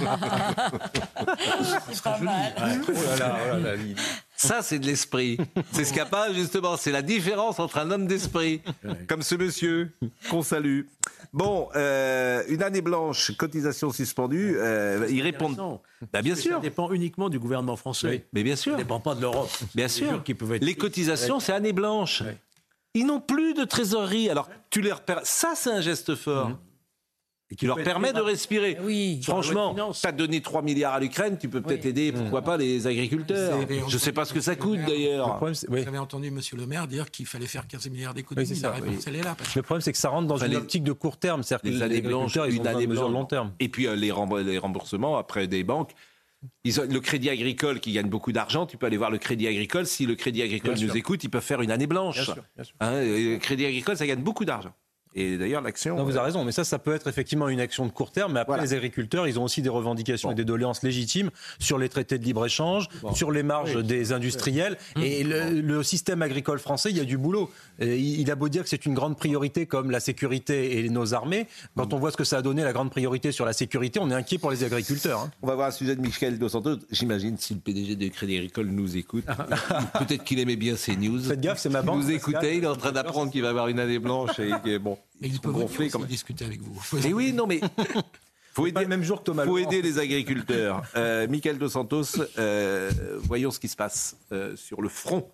mal. Oh là là, oh là là, ça, c'est de l'esprit. C'est ce qu'il n'y a pas, justement. C'est la différence entre un homme d'esprit, comme ce monsieur, qu'on salue. Bon, euh, une année blanche, cotisation suspendue, euh, ils répondent. Bah, bien sûr. Ça dépend uniquement du gouvernement français. Oui. Mais bien sûr. Ça ne dépend pas de l'Europe. Bien sûr. Qui peuvent être les cotisations, c'est année blanche. Oui. Ils n'ont plus de trésorerie. Alors, tu leur per... ça, c'est un geste fort. Mmh. Et qui leur permet de respirer. Oui. Franchement, tu as donné trois milliards à l'Ukraine, tu peux peut-être oui. aider, pourquoi pas, les agriculteurs. Je ne sais pas ce que ça coûte d'ailleurs. Oui. Vous avez entendu M. Le Maire dire qu'il fallait faire quinze milliards d'économies. Oui, la réponse, oui. elle est là. Parce... Le problème, c'est que ça rentre dans enfin, une les... optique de court terme. C'est-à-dire que les, les agriculteurs, ils ont besoin de mesures de long terme. Et puis euh, les, rembr- les remboursements après des banques. Ils ont, le Crédit Agricole qui gagne beaucoup d'argent, tu peux aller voir le Crédit Agricole. Si le Crédit Agricole bien nous sûr. écoute, ils peuvent faire une année blanche. Bien sûr, bien sûr. Hein, le Crédit Agricole, ça gagne beaucoup d'argent. Et d'ailleurs, l'action... Non, vous avez raison, mais ça, ça peut être effectivement une action de court terme, mais après, voilà. les agriculteurs, ils ont aussi des revendications bon. et des doléances légitimes sur les traités de libre-échange, bon. sur les marges oui. des industriels. Oui. Et le, le système agricole français, il y a du boulot. Il a beau dire que c'est une grande priorité comme la sécurité et nos armées. Quand on voit ce que ça a donné, la grande priorité sur la sécurité, on est inquiet pour les agriculteurs. Hein. On va voir un sujet de Michel Dos Santos. J'imagine si le P D G de Crédit Agricole nous écoute, peut-être qu'il aimait bien ces news. Faites gaffe, c'est ma banque. Il nous écoutait, il est en train d'apprendre qu'il va avoir une année blanche et que bon... Et il peut gonfler comme discuter avec vous. Mais oui, non, mais faut aider, le même jour que Thomas faut aider les agriculteurs. Euh, Michel Dos Santos, euh, voyons ce qui se passe euh, sur le front.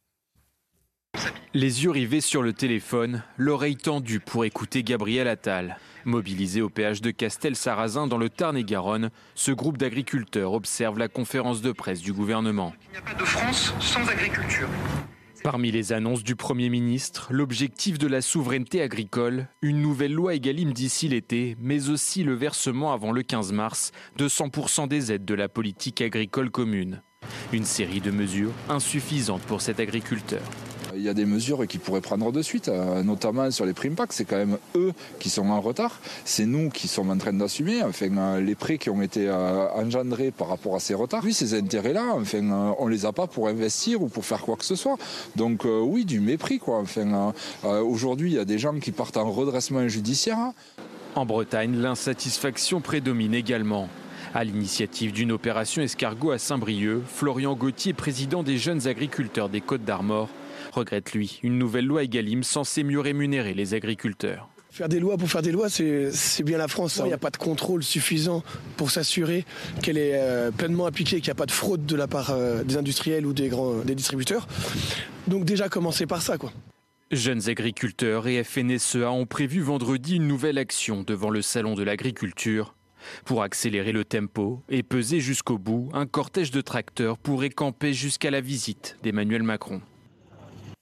Les yeux rivés sur le téléphone, l'oreille tendue pour écouter Gabriel Attal. Mobilisé au péage de Castel-Sarrazin dans le Tarn-et-Garonne, ce groupe d'agriculteurs observe la conférence de presse du gouvernement. Il n'y a pas de France sans agriculture. Parmi les annonces du Premier ministre, l'objectif de la souveraineté agricole, une nouvelle loi Egalim d'ici l'été, mais aussi le versement avant le quinze mars de cent pour cent des aides de la politique agricole commune. Une série de mesures insuffisantes pour cet agriculteur. Il y a des mesures qu'ils pourraient prendre de suite, notamment sur les primes P A C. C'est quand même eux qui sont en retard. C'est nous qui sommes en train d'assumer enfin, les prêts qui ont été engendrés par rapport à ces retards. Oui, ces intérêts-là, enfin, on ne les a pas pour investir ou pour faire quoi que ce soit. Donc oui, du mépris, quoi. Enfin, aujourd'hui, il y a des gens qui partent en redressement judiciaire. En Bretagne, l'insatisfaction prédomine également. À l'initiative d'une opération escargot à Saint-Brieuc, Florian Gauthier, président des jeunes agriculteurs des Côtes-d'Armor, regrette, lui, une nouvelle loi Egalim censée mieux rémunérer les agriculteurs. Faire des lois pour faire des lois, c'est, c'est bien la France. Hein. Il n'y a pas de contrôle suffisant pour s'assurer qu'elle est euh, pleinement appliquée, qu'il n'y a pas de fraude de la part euh, des industriels ou des, grands, des distributeurs. Donc déjà, commencer par ça, quoi. Jeunes agriculteurs et F N S E A ont prévu vendredi une nouvelle action devant le Salon de l'agriculture. Pour accélérer le tempo et peser jusqu'au bout, un cortège de tracteurs pourrait camper jusqu'à la visite d'Emmanuel Macron.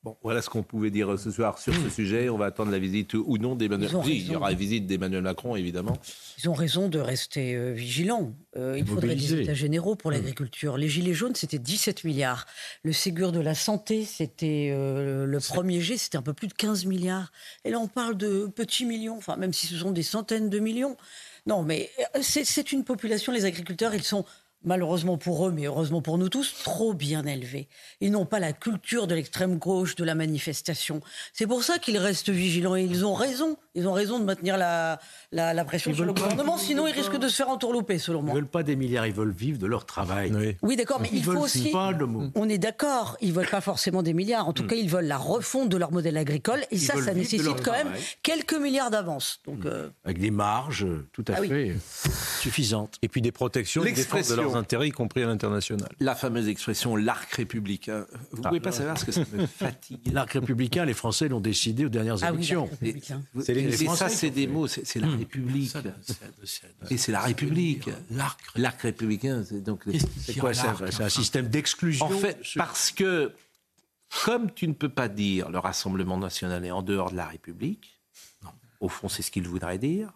Bon, voilà ce qu'on pouvait dire ce soir sur ce sujet. On va attendre la visite ou non d'Emmanuel Macron. Oui, il y aura une visite d'Emmanuel Macron, évidemment. Ils ont raison de rester euh, vigilants. Euh, il faudrait des états généraux pour l'agriculture. Les gilets jaunes, c'était dix-sept milliards. Le Ségur de la santé, c'était euh, le premier G, c'était un peu plus de quinze milliards. Et là, on parle de petits millions, enfin, même si ce sont des centaines de millions. Non, mais c'est, c'est une population, les agriculteurs, ils sont... malheureusement pour eux, mais heureusement pour nous tous, trop bien élevés. Ils n'ont pas la culture de l'extrême gauche, de la manifestation. C'est pour ça qu'ils restent vigilants et ils ont raison. Ils ont raison de maintenir la, la, la pression ils sur le gouvernement, pas, sinon ils risquent pas. de se faire entourlouper, selon moi. Ils ne veulent pas des milliards, ils veulent vivre de leur travail. Oui, oui d'accord, mais ils il faut aussi... Pas le mot. On est d'accord, ils ne veulent pas forcément des milliards. En tout mm. cas, ils veulent la refonte de leur modèle agricole. Et ils ça, ça nécessite quand travail. même quelques milliards d'avance. Donc, mm. euh... Avec des marges tout à ah, fait oui. suffisantes. Et puis des protections et des défenses de leurs intérêts, y compris à l'international. La fameuse expression « l'arc républicain ». Vous ne ah, pouvez pas savoir ce que ça me fatigue. L'arc républicain, les Français l'ont décidé aux dernières ah, élections. Oui, et, c'est les, les ça, c'est des mots, c'est, c'est la mmh. République. Ça, c'est, c'est, c'est, et c'est la République. L'arc, l'arc républicain, c'est donc... C'est quoi ça? C'est un système d'exclusion? En fait, parce que, comme tu ne peux pas dire le Rassemblement national est en dehors de la République, non. Au fond, c'est ce qu'il voudrait dire,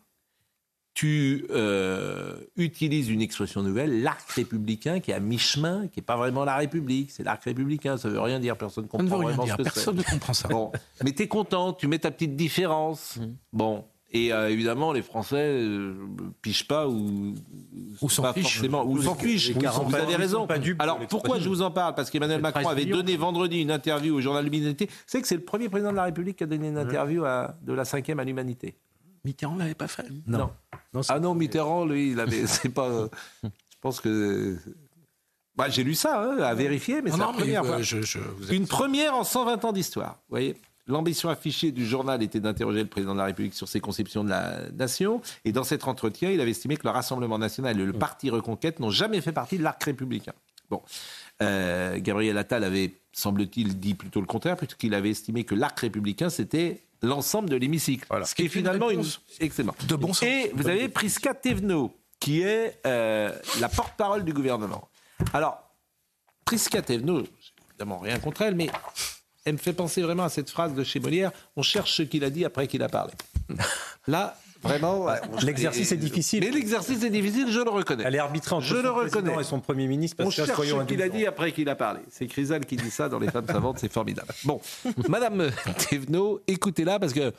tu euh, utilises une expression nouvelle, l'arc républicain, qui est à mi-chemin, qui n'est pas vraiment la République, c'est l'arc républicain, ça ne veut rien dire, personne ne comprend vraiment ce que c'est. Personne ne comprend ça. Bon, mais tu es content, tu mets ta petite différence. Mmh. Bon, et euh, évidemment, les Français ne euh, pichent pas ou, ou s'en pas fichent. Forcément, ou s'en fichent, vous avez raison. Alors, pourquoi je vous en parle? Parce qu'Emmanuel Macron avait donné vendredi une interview au journal L'Humanité. Vous savez que c'est le premier président de la République qui a donné une interview à, de la cinquième à l'Humanité. Mitterrand ne l'avait pas fait. Non. non. non ah non, Mitterrand, lui, il avait. C'est pas. Je pense que. Bah, j'ai lu ça, hein, à vérifier, mais non, c'est non, la première fois. Je, je, Une première en cent vingt ans d'histoire. Vous voyez, l'ambition affichée du journal était d'interroger le président de la République sur ses conceptions de la nation. Et dans cet entretien, il avait estimé que le Rassemblement national et le Parti Reconquête n'ont jamais fait partie de l'arc républicain. Bon. Euh, Gabriel Attal avait, semble-t-il, dit plutôt le contraire, puisqu'il avait estimé que l'arc républicain, c'était l'ensemble de l'hémicycle. Voilà. Ce qui est finalement une... Excellent. De bon sens. Et vous avez Prisca Thévenot, qui est euh, la porte-parole du gouvernement. Alors, Prisca Thévenot, j'ai évidemment rien contre elle, mais elle me fait penser vraiment à cette phrase de chez Molière, on cherche ce qu'il a dit après qu'il a parlé. Là... Vraiment, ouais, l'exercice est difficile. Mais l'exercice est difficile, je le reconnais. Elle est arbitrée entre je son le président reconnais. et son Premier ministre. Parce on cherche ce qu'il a dit après qu'il a parlé. C'est Chrysal qui dit ça dans Les Femmes savantes, c'est formidable. Bon, Madame Thévenot, écoutez-la parce que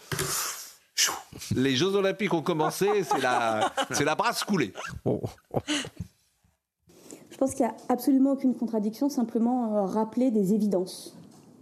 les Jeux Olympiques ont commencé, c'est la, c'est la brasse coulée. Bon. Je pense qu'il n'y a absolument aucune contradiction, simplement euh, rappeler des évidences.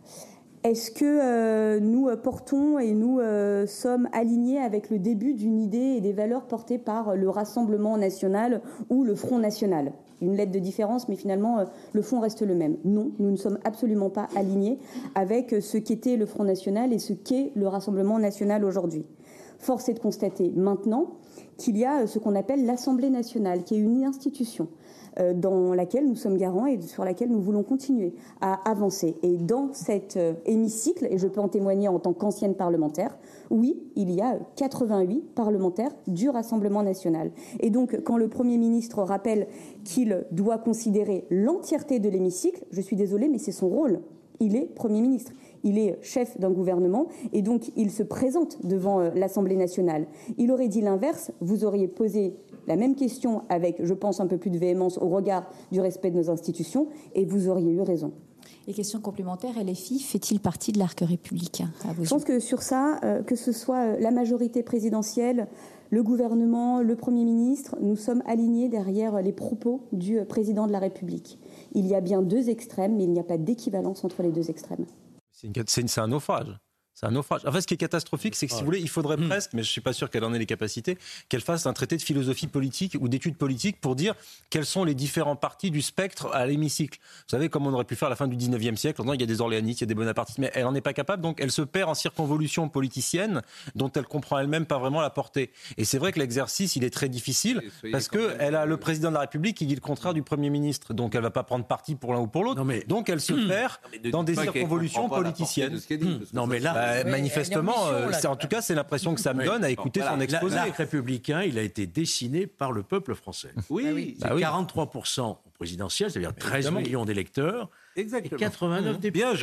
Est-ce que euh, nous portons et nous euh, sommes alignés avec le début d'une idée et des valeurs portées par le Rassemblement national ou le Front national? Une lettre de différence, mais finalement, euh, le fond reste le même. Non, nous ne sommes absolument pas alignés avec ce qu'était le Front national et ce qu'est le Rassemblement national aujourd'hui. Force est de constater maintenant qu'il y a ce qu'on appelle l'Assemblée nationale, qui est une institution dans laquelle nous sommes garants et sur laquelle nous voulons continuer à avancer. Et dans cet hémicycle, et je peux en témoigner en tant qu'ancienne parlementaire, oui, il y a quatre-vingt-huit parlementaires du Rassemblement national. Et donc, quand le Premier ministre rappelle qu'il doit considérer l'entièreté de l'hémicycle, je suis désolée, mais c'est son rôle. Il est Premier ministre. Il est chef d'un gouvernement et donc il se présente devant l'Assemblée nationale. Il aurait dit l'inverse, vous auriez posé la même question avec, je pense, un peu plus de véhémence au regard du respect de nos institutions et vous auriez eu raison. Et question complémentaire, L F I fait-il partie de l'arc républicain à vos yeux ? Je pense que sur ça, euh, que ce soit la majorité présidentielle, le gouvernement, le Premier ministre, nous sommes alignés derrière les propos du président de la République. Il y a bien deux extrêmes, mais il n'y a pas d'équivalence entre les deux extrêmes. C'est, une, c'est, une, c'est un naufrage. C'est un naufrage. En fait, ce qui est catastrophique, c'est que, si vous voulez, il faudrait mmh. presque, mais je ne suis pas sûr qu'elle en ait les capacités, qu'elle fasse un traité de philosophie politique ou d'études politiques pour dire quels sont les différents partis du spectre à l'hémicycle. Vous savez, comme on aurait pu faire à la fin du dix-neuvième siècle, en disant il y a des orléanistes, il y a des bonapartistes, mais elle n'en est pas capable, donc elle se perd en circonvolution politicienne dont elle comprend elle-même pas vraiment la portée. Et c'est vrai que l'exercice, il est très difficile parce qu'elle a le président de la République qui dit le contraire du Premier ministre, donc elle ne va pas prendre parti pour l'un ou pour l'autre, mais... donc elle se perd non, dans des circonvolutions politiciennes. De dit, non, mais là, bah, oui, manifestement, euh, c'est, en tout cas, c'est l'impression que ça me donne à écouter voilà, son exposé. L'arc républicain, il a été dessiné par le peuple français. Oui, ah oui. C'est bah oui. quarante-trois pour cent au présidentiel, c'est-à-dire treize Évidemment. millions d'électeurs. Exactement. Et quatre-vingt-neuf mmh. députés. Bien joué.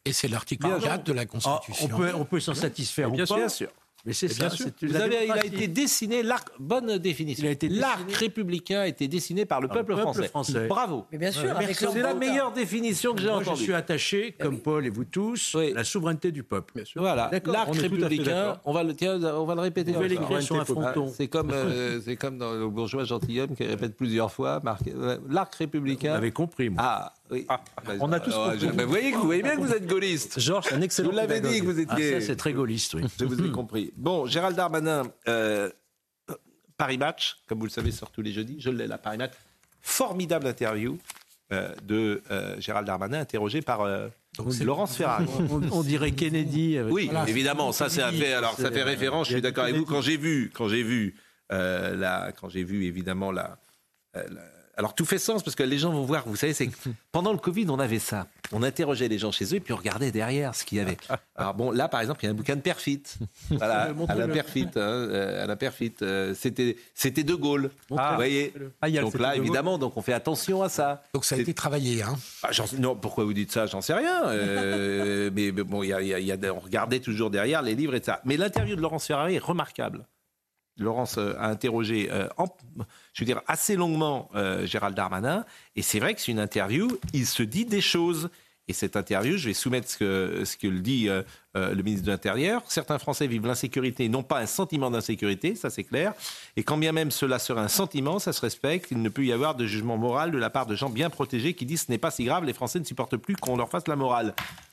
Et c'est l'article quatre de la Constitution. Oh, on peut, on peut s'en satisfaire bien ou sûr, pas. Bien sûr. Mais c'est ça. Sûr. C'est Vous avez, il a été dessiné, l'arc, bonne définition. Il a été l'arc républicain a été dessiné par le peuple, peuple français. français. Bravo. Mais bien sûr, ouais, avec c'est la meilleure définition que j'ai Moi, entendue. Je suis attaché, comme Paul et vous tous, oui. la souveraineté du peuple. Bien sûr. Voilà, l'arc républicain, on va le, tiens, on va le répéter. Vous pouvez l'écrire sur un fronton. C'est comme, euh, c'est comme dans le bourgeois gentilhomme qui répète plusieurs fois. Marqué, l'arc républicain. Vous avez compris, moi. Ah. Oui. Ah, on a tous alors, compris. Je, vous voyez que vous voyez bien que vous êtes gaulliste. Georges, un excellent. Vous l'avez dit que vous étiez. Ah, ça, c'est très gaulliste, oui. Je vous ai compris. Bon, Gérald Darmanin, euh, Paris Match, comme vous le savez, sort tous les jeudis. Je l'ai là, Paris Match. Formidable interview euh, de euh, Gérald Darmanin, interrogé par euh, Laurence Ferrari. On, on dirait Kennedy. Avec... Oui, voilà, évidemment, ça, ça fait. Alors, ça fait référence. Je suis d'accord avec vous. Quand j'ai vu, quand j'ai vu, euh, la, quand j'ai vu évidemment la. Euh, la Alors tout fait sens parce que les gens vont voir, vous savez, c'est que pendant le Covid, on avait ça. On interrogeait les gens chez eux et puis on regardait derrière ce qu'il y avait. Alors bon, là par exemple, il y a un bouquin de Perfit. Voilà, à la Perfit, hein, à la Perfit, euh, c'était c'était De Gaulle. Ah, vous voyez. Ah, donc là, évidemment, donc on fait attention à ça. Donc ça a été travaillé, hein. Ah, non, pourquoi vous dites ça? J'en sais rien. Euh, mais, mais bon, il y a, y a, on regardait toujours derrière les livres et ça. Mais l'interview de Laurence Ferrari est remarquable. Laurence a interrogé, euh, en, je veux dire, assez longuement euh, Gérald Darmanin, et c'est vrai que c'est une interview, il se dit des choses. Et cette interview, je vais soumettre ce que, ce que le dit euh, euh, le ministre de l'Intérieur. Certains Français vivent l'insécurité, non pas un sentiment d'insécurité, ça c'est clair. Et quand bien même cela serait un sentiment, ça se respecte. Il ne peut y avoir de jugement moral de la part de gens bien protégés qui disent ce n'est pas si grave, les Français ne supportent plus qu'on leur fasse la morale.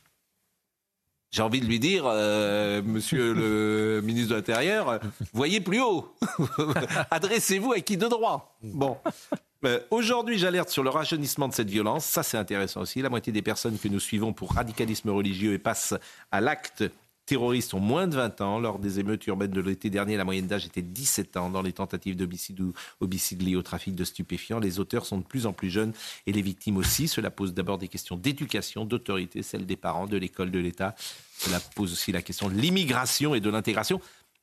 J'ai envie de lui dire, euh, monsieur le ministre de l'Intérieur, voyez plus haut. Adressez-vous à qui de droit. Bon. Euh, aujourd'hui, j'alerte sur le rajeunissement de cette violence. Ça, c'est intéressant aussi. La moitié des personnes que nous suivons pour radicalisme religieux et passent à l'acte terroristes ont moins de vingt ans. Lors des émeutes urbaines de l'été dernier, la moyenne d'âge était dix-sept ans. Dans les tentatives d'homicide ou homicide liés au trafic de stupéfiants, les auteurs sont de plus en plus jeunes et les victimes aussi. Cela pose d'abord des questions d'éducation, d'autorité, celle des parents, de l'école, de l'État. Cela pose aussi la question de l'immigration et de l'intégration.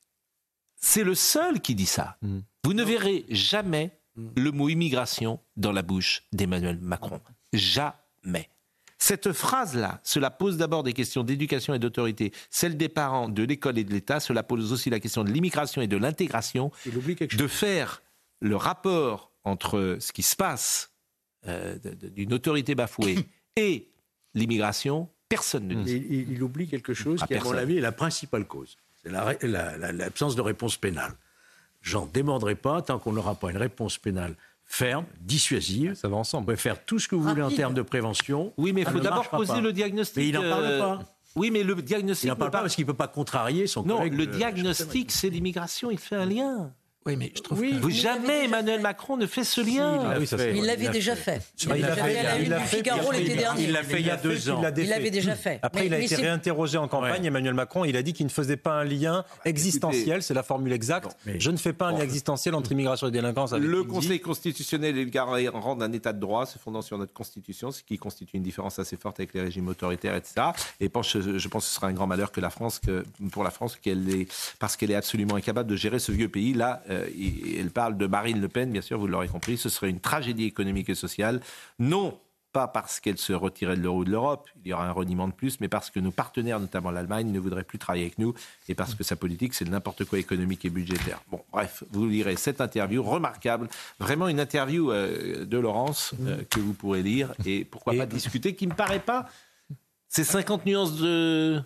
C'est le seul qui dit ça. Mmh. Vous ne verrez jamais mmh. le mot immigration dans la bouche d'Emmanuel Macron. Jamais. Cette phrase-là, cela pose d'abord des questions d'éducation et d'autorité, celle des parents, de l'école et de l'État. Cela pose aussi la question de l'immigration et de l'intégration. De faire le rapport entre ce qui se passe euh, de, de, d'une autorité bafouée et l'immigration, personne ne dit. Il, il, il oublie quelque chose ah, qui, personne. à mon avis, est la principale cause. C'est la, la, la, l'absence de réponse pénale. J'en démordrai pas tant qu'on n'aura pas une réponse pénale ferme, dissuasive. Ça va ensemble. Vous pouvez faire tout ce que vous voulez en termes de prévention. Oui, mais il faut d'abord poser pas. le diagnostic. Mais il n'en parle pas. Oui, mais le diagnostic... Il n'en parle pas parce qu'il ne peut pas contrarier son non, collègue. Non, le diagnostic, c'est l'immigration. Il fait un lien. Oui, mais je trouve oui, que... Jamais Emmanuel fait. Macron ne fait ce lien. Si, il, ah, oui, ça fait. il l'avait déjà fait. fait. Il l'a fait à la une du Figaro l'été dernier. Il l'a fait il y a deux ans. Il l'avait déjà fait. Après, mais, il a été c'est... réinterrogé en campagne. Ouais. Emmanuel Macron, il a dit qu'il ne faisait pas un lien existentiel, c'est la formule exacte. Non, je ne fais pas un lien existentiel entre immigration et délinquance. Avec le Conseil constitutionnel et le garant d'un État de droit se fondant sur notre Constitution, ce qui constitue une différence assez forte avec les régimes autoritaires, et cetera. Et je pense que ce sera un grand malheur que la France, que, pour la France, qu'elle est, parce qu'elle est absolument incapable de gérer ce vieux pays. Là, euh, elle parle de Marine Le Pen, bien sûr, vous l'aurez compris, ce serait une tragédie économique et sociale. Non pas parce qu'elle se retirait de l'euro ou de l'Europe, il y aura un reniement de plus, mais parce que nos partenaires, notamment l'Allemagne, ne voudraient plus travailler avec nous, et parce que sa politique, c'est de n'importe quoi économique et budgétaire. Bon, bref, vous lirez cette interview remarquable, vraiment une interview euh, de Laurence euh, que vous pourrez lire, et pourquoi et... pas discuter, qui ne me paraît pas ces cinquante nuances de...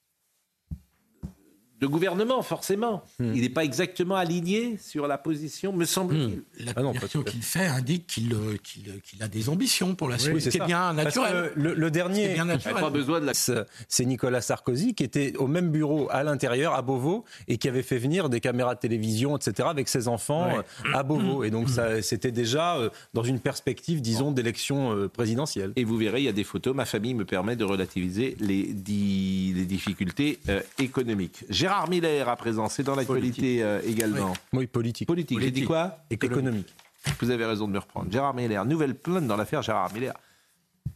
de gouvernement, forcément. Mmh. Il n'est pas exactement aligné sur la position, me semble-t-il. Mmh. La ah non, version qu'il fait indique qu'il, euh, qu'il, qu'il a des ambitions pour la suite. Oui, c'est, c'est bien naturel. Le, le dernier, bien naturel. Pas besoin de la... c'est Nicolas Sarkozy qui était au même bureau à l'intérieur, à Beauvau, et qui avait fait venir des caméras de télévision, et cetera, avec ses enfants ouais. à Beauvau. Et donc, ça, c'était déjà dans une perspective, disons, d'élection présidentielle. Et vous verrez, il y a des photos. Ma famille me permet de relativiser les, di... les difficultés euh, économiques. Gérard Miller, à présent, c'est dans l'actualité euh, également. Oui, oui politique. politique. Politique. J'ai dit quoi ? Économique. Vous avez raison de me reprendre. Gérard Miller, nouvelle plainte dans l'affaire Gérard Miller. Encore ?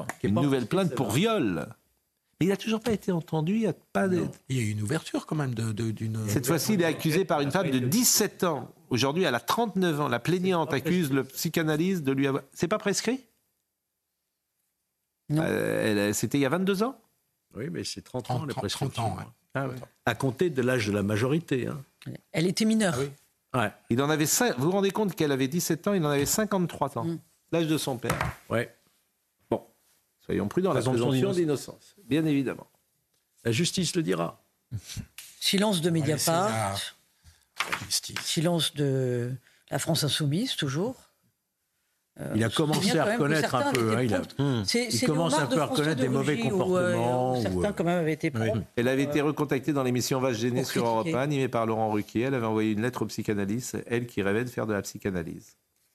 Une nouvelle plainte pour viol. Mais il n'a toujours pas été entendu. Il y a pas de... Il y a eu une ouverture quand même de, de, d'une... Cette fois-ci, il est accusé par une femme de dix-sept ans. Aujourd'hui, elle a trente-neuf ans. La plaignante accuse le psychanalyste de lui avoir... C'est pas prescrit ? euh, C'était il y a vingt-deux ans? Oui, mais c'est trente ans, les prescriptions. trente ans, ouais. Ah, ouais. À compter de l'âge de la majorité. Hein. Elle était mineure. Ah oui. Ouais. Il en avait cinq, vous vous rendez compte qu'elle avait dix-sept ans, il en avait cinquante-trois ans. Mm. L'âge de son père. Ouais. Bon, soyons prudents, la présomption d'innocence, bien évidemment. La justice le dira. Silence de Mediapart. Ouais, silence de la France Insoumise, toujours. Euh, il a commencé à reconnaître un peu. Hein, il a, hum, c'est, il c'est commence un peu à reconnaître des mauvais comportements. Où, euh, certains, quand même, avaient été prompts. Oui. Elle avait été recontactée dans l'émission Va se gêner sur Europe un, animée par Laurent Ruquier. Elle avait envoyé une lettre au psychanalyste, elle qui rêvait de faire de la psychanalyse.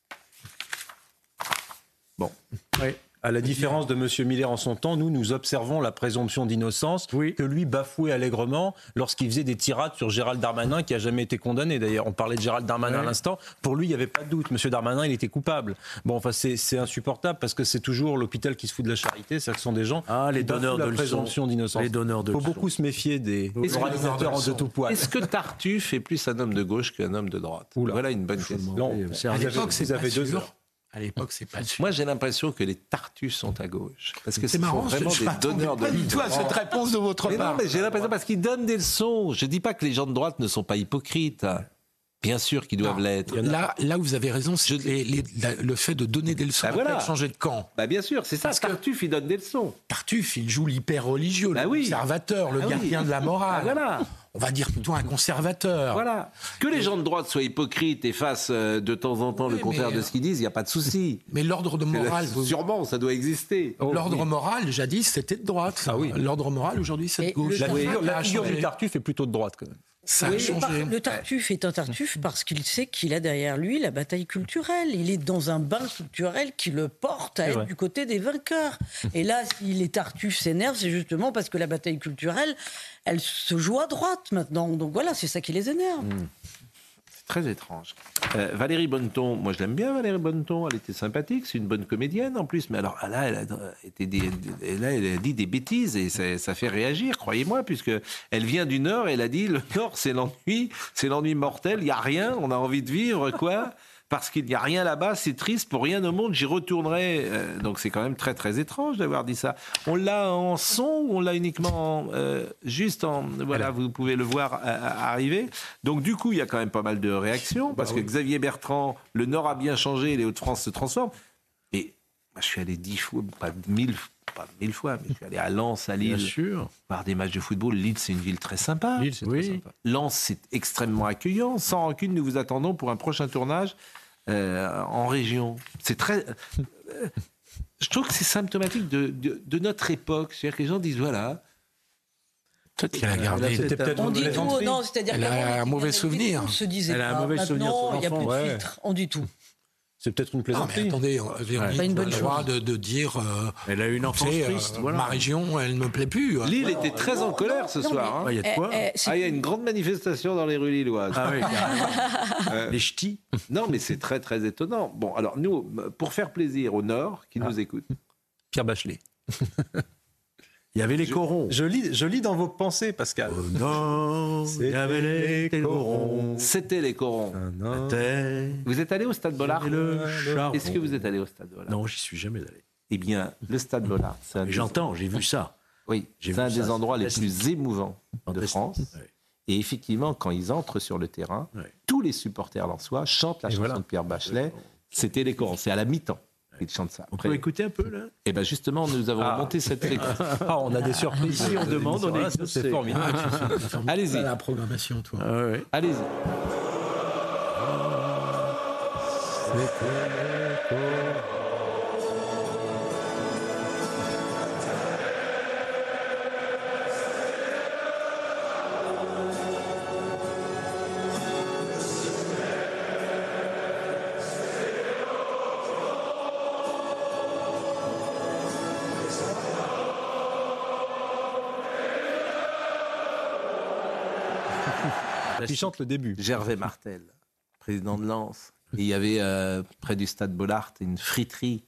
Bon. Oui. À la différence de M. Miller en son temps, nous, nous observons la présomption d'innocence oui. que lui bafouait allègrement lorsqu'il faisait des tirades sur Gérald Darmanin, qui n'a jamais été condamné. D'ailleurs, on parlait de Gérald Darmanin ouais. à l'instant. Pour lui, il n'y avait pas de doute. M. Darmanin, il était coupable. Bon, enfin, c'est, c'est insupportable parce que c'est toujours l'hôpital qui se fout de la charité. C'est-à-dire que ce sont des gens ah, les qui donneurs bafouent de la présomption d'innocence. Les donneurs de Il faut beaucoup se méfier des organisateurs en de tout poil. Est-ce que Tartuffe est plus un homme de gauche qu'un homme de droite? Oula. Voilà une bonne question. Non, à l'époque, vous avez deux heures. À l'époque, c'est pas sûr. Moi, j'ai l'impression que les Tartuffes sont à gauche. Parce que c'est marrant, vraiment je, je des donneurs de pas du tout à cette réponse de votre mais part. Non, mais j'ai l'impression parce qu'ils donnent des leçons. Je ne dis pas que les gens de droite ne sont pas hypocrites. Bien sûr qu'ils doivent non, l'être. Là, là où vous avez raison, c'est je... les, les, la, le fait de donner des leçons, bah voilà. de changer de camp. Bah bien sûr, c'est ça. Parce Tartuffe, il donne des leçons. Tartuffe, il joue l'hyper religieux, bah le oui. conservateur, le bah gardien oui. de la morale. Bah voilà. On va dire plutôt un conservateur. Voilà. Que les gens de droite soient hypocrites et fassent euh, de temps en temps oui, le contraire mais, de ce qu'ils disent, il n'y a pas de souci. Mais l'ordre de morale... La... Vous... Sûrement, ça doit exister. Oh, l'ordre oui. moral, jadis, c'était de droite. Ah, oui. L'ordre moral, aujourd'hui, c'est de gauche. La figure, la figure du Tartuffe est plutôt de droite, quand même. Ça oui, a changé. Le Tartuffe est un Tartuffe parce qu'il sait qu'il a derrière lui la bataille culturelle. Il est dans un bain culturel qui le porte à être du côté des vainqueurs. Et là, si les Tartuffes s'énervent, c'est justement parce que la bataille culturelle, elle se joue à droite maintenant. Donc voilà, c'est ça qui les énerve. Mmh. C'est très étrange. Euh, Valérie Bonneton, moi je l'aime bien Valérie Bonneton, elle était sympathique, c'est une bonne comédienne en plus, mais alors là elle a, été des, là, elle a dit des bêtises et ça, ça fait réagir, croyez-moi, puisque elle vient du Nord et elle a dit le Nord c'est l'ennui, c'est l'ennui mortel, il n'y a rien, on a envie de vivre quoi. Parce qu'il n'y a rien là-bas, c'est triste, pour rien au monde, j'y retournerai. Euh, donc c'est quand même très très étrange d'avoir dit ça. On l'a en son ou on l'a uniquement en, euh, juste en... Voilà, vous pouvez le voir euh, arriver. Donc du coup, il y a quand même pas mal de réactions, parce bah, que oui. Xavier Bertrand, le Nord a bien changé, les Hauts-de-France se transforment. Et moi, je suis allé dix fois, pas mille fois, pas mille fois, mais je suis allé à Lens, à Lille, voir des matchs de football. Lille, c'est une ville très sympa. Lille, c'est oui. très sympa. Lens, c'est extrêmement accueillant. Sans rancune, nous vous attendons pour un prochain tournage euh, en région. C'est très... Euh, je trouve que c'est symptomatique de, de, de notre époque. C'est-à-dire que les gens disent, voilà... Peut-être qu'elle a gardé. C'était peut-être on dit tout, non, c'est-à-dire elle a un mauvais souvenir. On se disait elle a un mauvais souvenir. Il n'y a plus de ouais. filtre. On dit tout. C'est peut-être une plaisanterie. Non, mais attendez, on, on, ouais. on a le droit de, de dire. Euh, elle a une enfance triste. Euh, voilà. Ma région, elle ne me plaît plus. Lille était très non, en colère non, ce non, soir. Il hein. y a de quoi eh, eh, Ah, il y a une grande manifestation dans les rues lilloises. Ah oui. euh, les ch'tis. Non, mais c'est très très étonnant. Bon, alors nous, pour faire plaisir au Nord, qui ah. nous écoute, Pierre Bachelet. Il y avait les je, corons. Je lis, je lis dans vos pensées, Pascal. Oh non, il y avait les, les corons. C'était les corons. Vous êtes allé au Stade Bollaert? Est-ce que vous êtes allé au Stade Bollaert? Non, j'y suis jamais allé. Eh bien, le Stade Bollaert, c'est un J'entends, des... j'ai vu ça. Oui, j'ai c'est un ça, des endroits les plus émouvants de France. Ouais. Et effectivement, quand ils entrent sur le terrain, ouais. tous les supporters lensois chantent la Et chanson voilà. de Pierre Bachelet. C'était les corons, c'est à la mi-temps. Il chante ça. On peut écouter un peu là. Et bien justement, nous avons ah. monté cette écoute. Ah, on a des surprises. Si on demande, on est. C'est, c'est formidable. Ah, allez-y. La programmation, toi. Ah, ouais. Allez-y. Qui chante le début. Gervais Martel, président de Lens. Et il y avait euh, près du Stade Bollaert une friterie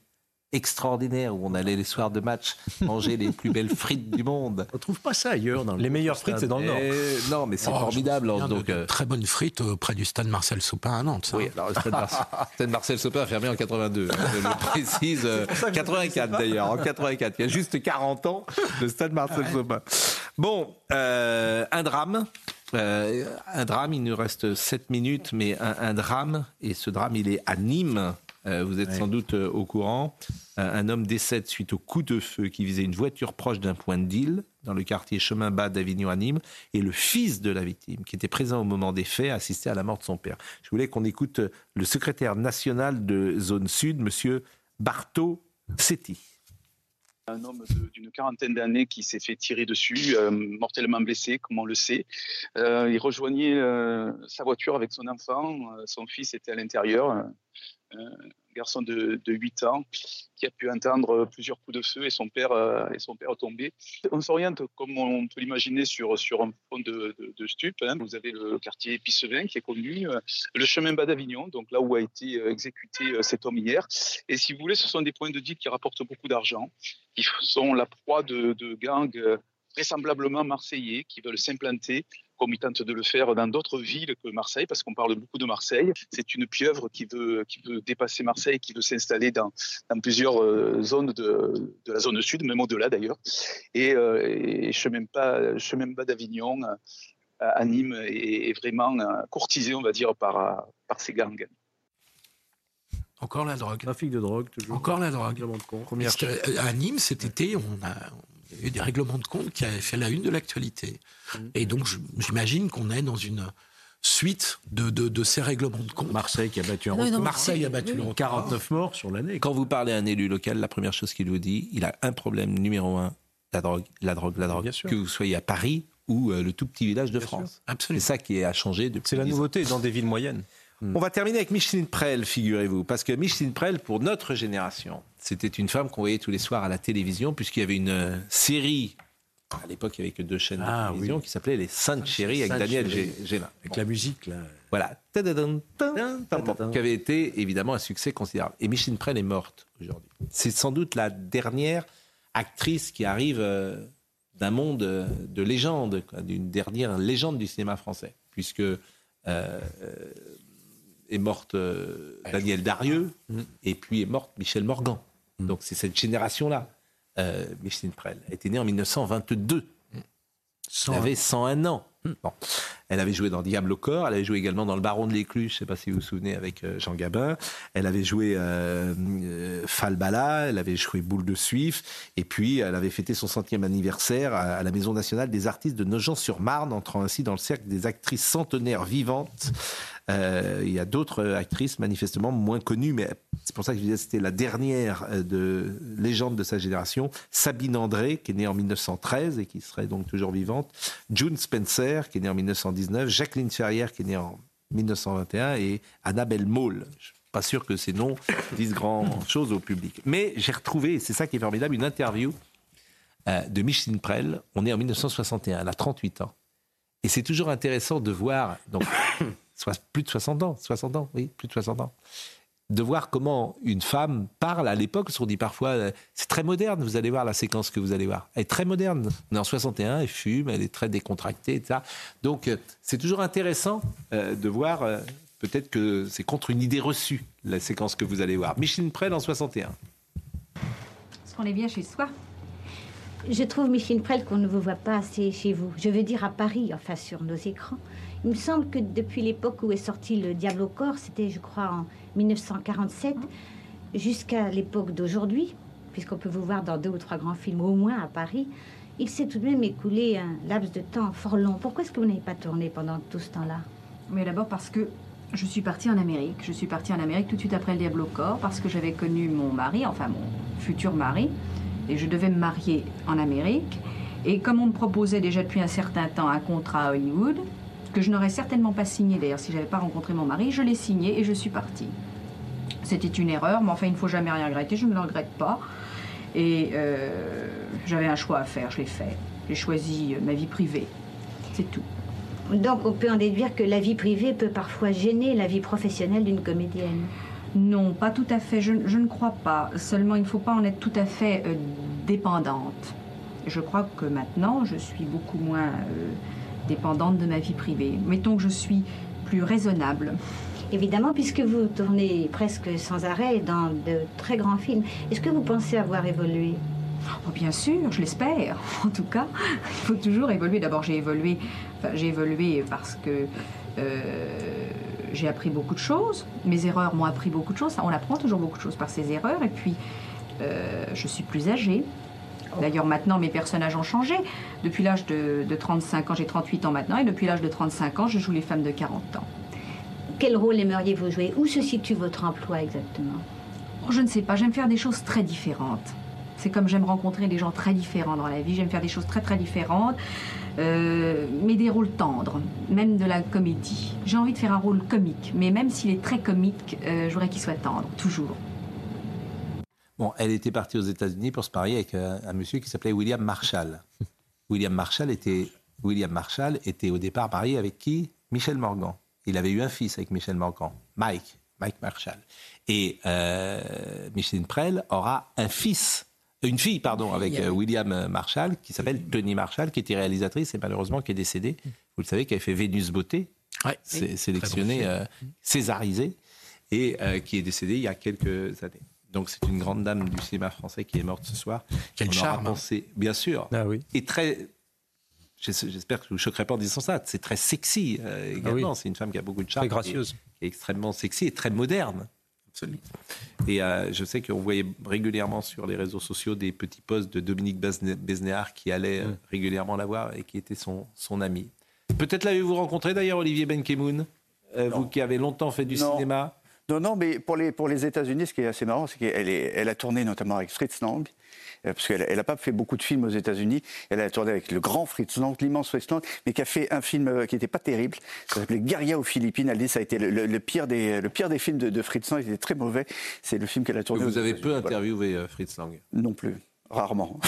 extraordinaire où on allait les soirs de match manger les plus belles frites du monde. On ne trouve pas ça ailleurs. Dans le les meilleures frites, c'est dans le Nord. Et... Non, mais c'est oh, formidable. Hein, donc, de, euh... Très bonnes frites auprès du stade Marcel Sopin à Nantes. Ça. Oui, alors le stade, Mar... stade Marcel Sopin a fermé en quatre-vingt-deux. Je le précise. Euh, quatre-vingt-quatre d'ailleurs, en quatre-vingt-quatre. Il y a juste quarante ans, le stade Marcel ouais. Sopin. Bon, euh, un drame. Euh, un drame, il nous reste sept minutes, mais un, un drame, et ce drame, il est à Nîmes. Euh, vous êtes ouais. sans doute euh, au courant. Euh, un homme décède suite au coup de feu qui visait une voiture proche d'un point de deal dans le quartier Chemin Bas d'Avignon à Nîmes. Et le fils de la victime, qui était présent au moment des faits, a assisté à la mort de son père. Je voulais qu'on écoute le secrétaire national de Zone Sud, monsieur Bartho Setti. Un homme de, d'une quarantaine d'années qui s'est fait tirer dessus, euh, mortellement blessé, comme on le sait. Euh, il rejoignait euh, sa voiture avec son enfant. Euh, son fils était à l'intérieur. Euh, un garçon de, de huit ans qui a pu entendre plusieurs coups de feu et son père, euh, et son père tombé. On s'oriente, comme on peut l'imaginer, sur, sur un fond de, de, de stup. Hein. Vous avez le quartier Pissevin qui est connu, euh, le chemin bas d'Avignon, donc là où a été exécuté euh, cet homme hier. Et si vous voulez, ce sont des points de deal qui rapportent beaucoup d'argent, qui sont la proie de, de gangs euh, vraisemblablement marseillais qui veulent s'implanter comme ils tentent de le faire dans d'autres villes que Marseille, parce qu'on parle beaucoup de Marseille. C'est une pieuvre qui veut, qui veut dépasser Marseille, qui veut s'installer dans, dans plusieurs euh, zones de, de la zone sud, même au-delà d'ailleurs. Et, euh, et chemin bas, chemin bas d'Avignon, euh, à Nîmes, est, est vraiment euh, courtisé, on va dire, par, par ces gangs. Encore la drogue. Trafic de drogue, toujours. Encore la drogue. Première à Nîmes, cet été, on a... Il y a eu des règlements de compte qui avaient fait la une de l'actualité. Mmh. Et donc, j'imagine qu'on est dans une suite de, de, de ces règlements de compte. Marseille qui a battu un record. Non, Marseille a battu oui. le record. quarante-neuf morts sur l'année. Quand vous parlez à un élu local, la première chose qu'il vous dit, il a un problème numéro un, la drogue, la drogue, la drogue. Bien sûr. Que vous soyez à Paris ou euh, le tout petit village de Bien France. Sûr. Absolument. C'est ça qui a changé depuis. C'est la nouveauté dans des villes moyennes. Mmh. On va terminer avec Micheline Prel, figurez-vous, parce que Micheline Prel, pour notre génération, c'était une femme qu'on voyait tous les soirs à la télévision, puisqu'il y avait une euh, série... À l'époque, il n'y avait que deux chaînes ah, de télévision oui. qui s'appelaient Les Saintes Chéries avec Daniel Gélin. Avec bon. la musique, là. Voilà. Tadadun, tadadun, tadadun, qui avait été évidemment un succès considérable. Et Micheline Prel est morte aujourd'hui. C'est sans doute la dernière actrice qui arrive euh, d'un monde euh, de légende, quoi, d'une dernière légende du cinéma français, puisque euh, euh, est morte euh, Danielle Darieux mmh. et puis est morte Michel Morgan. Mmh. Donc c'est cette génération-là. Euh, Micheline Prel. Elle était née en dix-neuf cent vingt-deux. Elle avait cent un ans. Bon. Elle avait joué dans Diable au corps. Elle avait joué également dans Le Baron de l'Écluse. Je ne sais pas si vous vous souvenez, avec euh, Jean Gabin. Elle avait joué euh, euh, Falbala. Elle avait joué Boule de Suif. Et puis, elle avait fêté son centième anniversaire à, à la Maison nationale des artistes de Nogent-sur-Marne, entrant ainsi dans le cercle des actrices centenaires vivantes. Euh, il y a d'autres actrices manifestement moins connues, mais c'est pour ça que je disais que c'était la dernière de légende de sa génération. Sabine André, qui est née en dix-neuf cent treize et qui serait donc toujours vivante. June Spencer, qui est née en dix-neuf cent dix-neuf. Jacqueline Ferrière, qui est née en dix-neuf cent vingt et un. Et Annabelle Maule. Je ne suis pas sûr que ces noms disent grand-chose au public. Mais j'ai retrouvé, et c'est ça qui est formidable, une interview euh, de Micheline Prel. On est en dix-neuf cent soixante et un, elle a trente-huit ans. Et c'est toujours intéressant de voir... Donc, plus de soixante ans, soixante ans, oui, plus de soixante ans. De voir comment une femme parle à l'époque, parce qu'on dit parfois, c'est très moderne, vous allez voir la séquence que vous allez voir. Elle est très moderne. On est en soixante et un, elle fume, elle est très décontractée, et cetera. Donc, c'est toujours intéressant euh, de voir, euh, peut-être que c'est contre une idée reçue, la séquence que vous allez voir. Micheline Prel en soixante et un. Est-ce qu'on est bien chez soi ? Je trouve, Micheline Prel, qu'on ne vous voit pas assez chez vous. Je veux dire à Paris, enfin sur nos écrans. Il me semble que depuis l'époque où est sorti Le Diable au corps, c'était je crois en dix-neuf cent quarante-sept, jusqu'à l'époque d'aujourd'hui, puisqu'on peut vous voir dans deux ou trois grands films au moins à Paris, il s'est tout de même écoulé un laps de temps fort long. Pourquoi est-ce que vous n'avez pas tourné pendant tout ce temps-là? Mais d'abord parce que je suis partie en Amérique. Je suis partie en Amérique tout de suite après Le Diable au corps, parce que j'avais connu mon mari, enfin mon futur mari, et je devais me marier en Amérique. Et comme on me proposait déjà depuis un certain temps un contrat à Hollywood, que je n'aurais certainement pas signé d'ailleurs si je n'avais pas rencontré mon mari, je l'ai signé et je suis partie. C'était une erreur, mais enfin il ne faut jamais rien regretter, je ne le regrette pas. Et euh, j'avais un choix à faire, je l'ai fait. J'ai choisi ma vie privée, c'est tout. Donc on peut en déduire que la vie privée peut parfois gêner la vie professionnelle d'une comédienne. Non, pas tout à fait. Je, je ne crois pas. Seulement, il ne faut pas en être tout à fait euh, dépendante. Je crois que maintenant, je suis beaucoup moins euh, dépendante de ma vie privée. Mettons que je suis plus raisonnable. Évidemment, puisque vous tournez presque sans arrêt dans de très grands films, est-ce que vous pensez avoir évolué ? Oh, bien sûr, je l'espère. En tout cas, il faut toujours évoluer. D'abord, j'ai évolué, enfin, j'ai évolué parce que euh, j'ai appris beaucoup de choses. Mes erreurs m'ont appris beaucoup de choses. On apprend toujours beaucoup de choses par ses erreurs. Et puis, euh, je suis plus âgée. D'ailleurs, maintenant, mes personnages ont changé. Depuis l'âge de, de trente-cinq ans, j'ai trente-huit ans maintenant, et depuis l'âge de trente-cinq ans, je joue les femmes de quarante ans. Quel rôle aimeriez-vous jouer ? Où se situe votre emploi exactement ? Oh, je ne sais pas, j'aime faire des choses très différentes. C'est comme j'aime rencontrer des gens très différents dans la vie, j'aime faire des choses très très différentes, euh, mais des rôles tendres, même de la comédie. J'ai envie de faire un rôle comique, mais même s'il est très comique, euh, je voudrais qu'il soit tendre, toujours. Bon, elle était partie aux États-Unis pour se marier avec un, un monsieur qui s'appelait William Marshall. William Marshall était, William Marshall était au départ marié avec qui ? Michel Morgan. Il avait eu un fils avec Michel Morgan, Mike, Mike Marshall. Et euh, Micheline Prel aura un fils, une fille, pardon, avec euh, William Marshall, qui s'appelle Toni Marshall, qui était réalisatrice et malheureusement qui est décédée. Vous le savez, qui avait fait Vénus Beauté, ouais, c'est, sélectionnée, euh, césarisée, et euh, qui est décédée il y a quelques années. Donc c'est une grande dame du cinéma français qui est morte ce soir. Quel On charme pensé, bien sûr, ah oui. Et très... J'espère que je ne vous choquerai pas en disant ça. C'est très sexy euh, également. Ah oui. C'est une femme qui a beaucoup de charme. Très gracieuse. Qui est, qui est extrêmement sexy et très moderne. Absolument. Et euh, je sais qu'on voyait régulièrement sur les réseaux sociaux des petits posts de Dominique Besnéard qui allait euh, régulièrement la voir et qui était son, son ami. Peut-être l'avez-vous rencontré d'ailleurs, Olivier Benkemoun, euh, vous qui avez longtemps fait du non. cinéma. Non, non, mais pour les, pour les États-Unis, ce qui est assez marrant, c'est qu'elle est, elle a tourné notamment avec Fritz Lang. Parce qu'elle n'a pas fait beaucoup de films aux États-Unis. Elle a tourné avec le grand Fritz Lang, l'immense Fritz Lang, mais qui a fait un film qui n'était pas terrible. Ça s'appelait Guérilla aux Philippines. Elle dit que ça a été le, le, le, pire des, le pire des films de, de Fritz Lang. Il était très mauvais. C'est le film qu'elle a tourné. Vous avez peu interviewé voilà. Fritz Lang ? Non plus, rarement.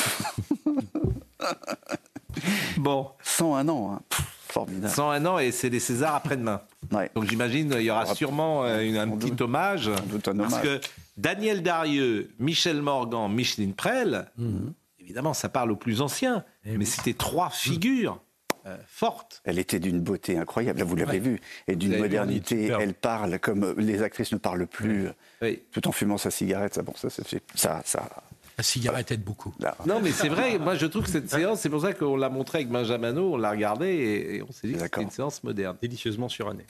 Bon. cent un ans, hein. Pff, formidable. cent un ans et c'est les Césars après-demain. Ouais. Donc j'imagine il y aura sûrement euh, une, un petit doute, hommage. Doute un parce hommage. que Daniel Darieux, Michel Morgan, Micheline Prel, mmh. évidemment ça parle aux plus anciens, et mais oui. c'était trois figures euh, fortes. Elle était d'une beauté incroyable, vous l'avez ouais. vu, et d'une modernité. Elle parle comme les actrices ne parlent plus, oui. tout en fumant sa cigarette. Ça, bon, ça, ça, ça, ça La cigarette aide beaucoup. Là. Non, mais c'est vrai, moi je trouve que cette séance, c'est pour ça qu'on l'a montrée avec Benjamin, on l'a regardée et, et on s'est dit D'accord. que c'était une séance moderne. Délicieusement surannée.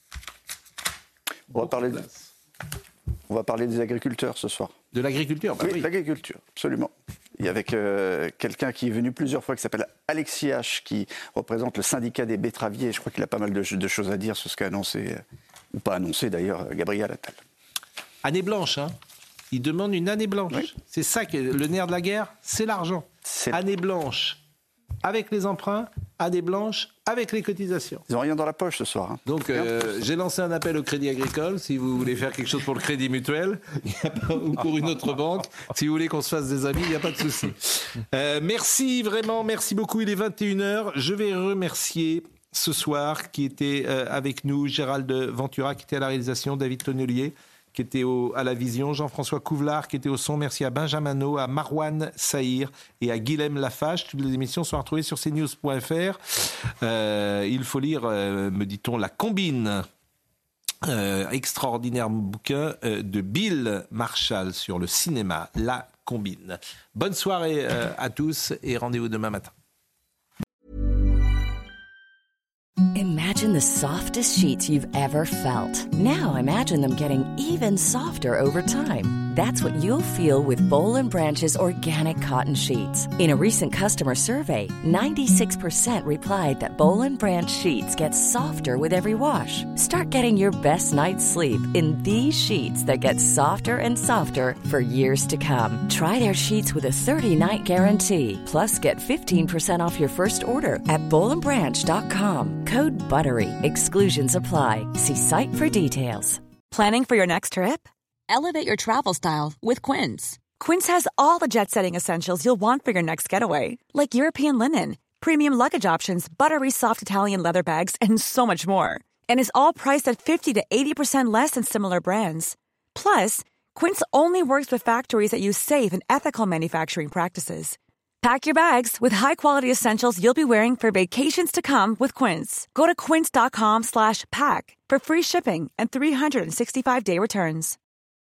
On va parler de... On va parler des agriculteurs ce soir. De l'agriculture bah Oui, oui. l'agriculture, absolument. Et avec euh, quelqu'un qui est venu plusieurs fois, qui s'appelle Alexis H, qui représente le syndicat des betteraviers. Je crois qu'il a pas mal de, de choses à dire sur ce qu'a annoncé, euh, ou pas annoncé d'ailleurs, Gabriel Attal. Année blanche, hein. Il demande une année blanche. Oui. C'est ça que le nerf de la guerre, c'est l'argent. C'est... Année blanche avec les emprunts, année blanche avec les cotisations. Ils n'ont rien dans la poche ce soir. Hein. Donc euh, j'ai lancé un appel au Crédit Agricole. Si vous voulez faire quelque chose pour le Crédit Mutuel ou pour une autre banque, si vous voulez qu'on se fasse des amis, il n'y a pas de souci. Euh, merci vraiment, merci beaucoup. Il est vingt et une heures. Je vais remercier ce soir qui était euh, avec nous Gérald Ventura qui était à la réalisation, David Tonnelier qui était au, à la vision, Jean-François Couvelard qui était au son, merci à Benjamin No, à Marwan Sahir et à Guilhem Lafache. Toutes les émissions sont retrouvées sur c news point f r. Euh, il faut lire, euh, me dit-on, La Combine, euh, extraordinaire bouquin euh, de Bill Marshall sur le cinéma, La Combine. Bonne soirée euh, à tous et rendez-vous demain matin. Imagine the softest sheets you've ever felt. Now imagine them getting even softer over time. That's what you'll feel with Boll and Branch's organic cotton sheets. In a recent customer survey, ninety-six percent replied that Boll and Branch sheets get softer with every wash. Start getting your best night's sleep in these sheets that get softer and softer for years to come. Try their sheets with a thirty-night guarantee. Plus, get fifteen percent off your first order at boll and branch dot com. Code BUTTERY. Exclusions apply. See site for details. Planning for your next trip? Elevate your travel style with Quince. Quince has all the jet-setting essentials you'll want for your next getaway, like European linen, premium luggage options, buttery soft Italian leather bags, and so much more. And is all priced at fifty to eighty percent less than similar brands. Plus, Quince only works with factories that use safe and ethical manufacturing practices. Pack your bags with high-quality essentials you'll be wearing for vacations to come with Quince. Go to quince.com slash pack for free shipping and three sixty-five day returns.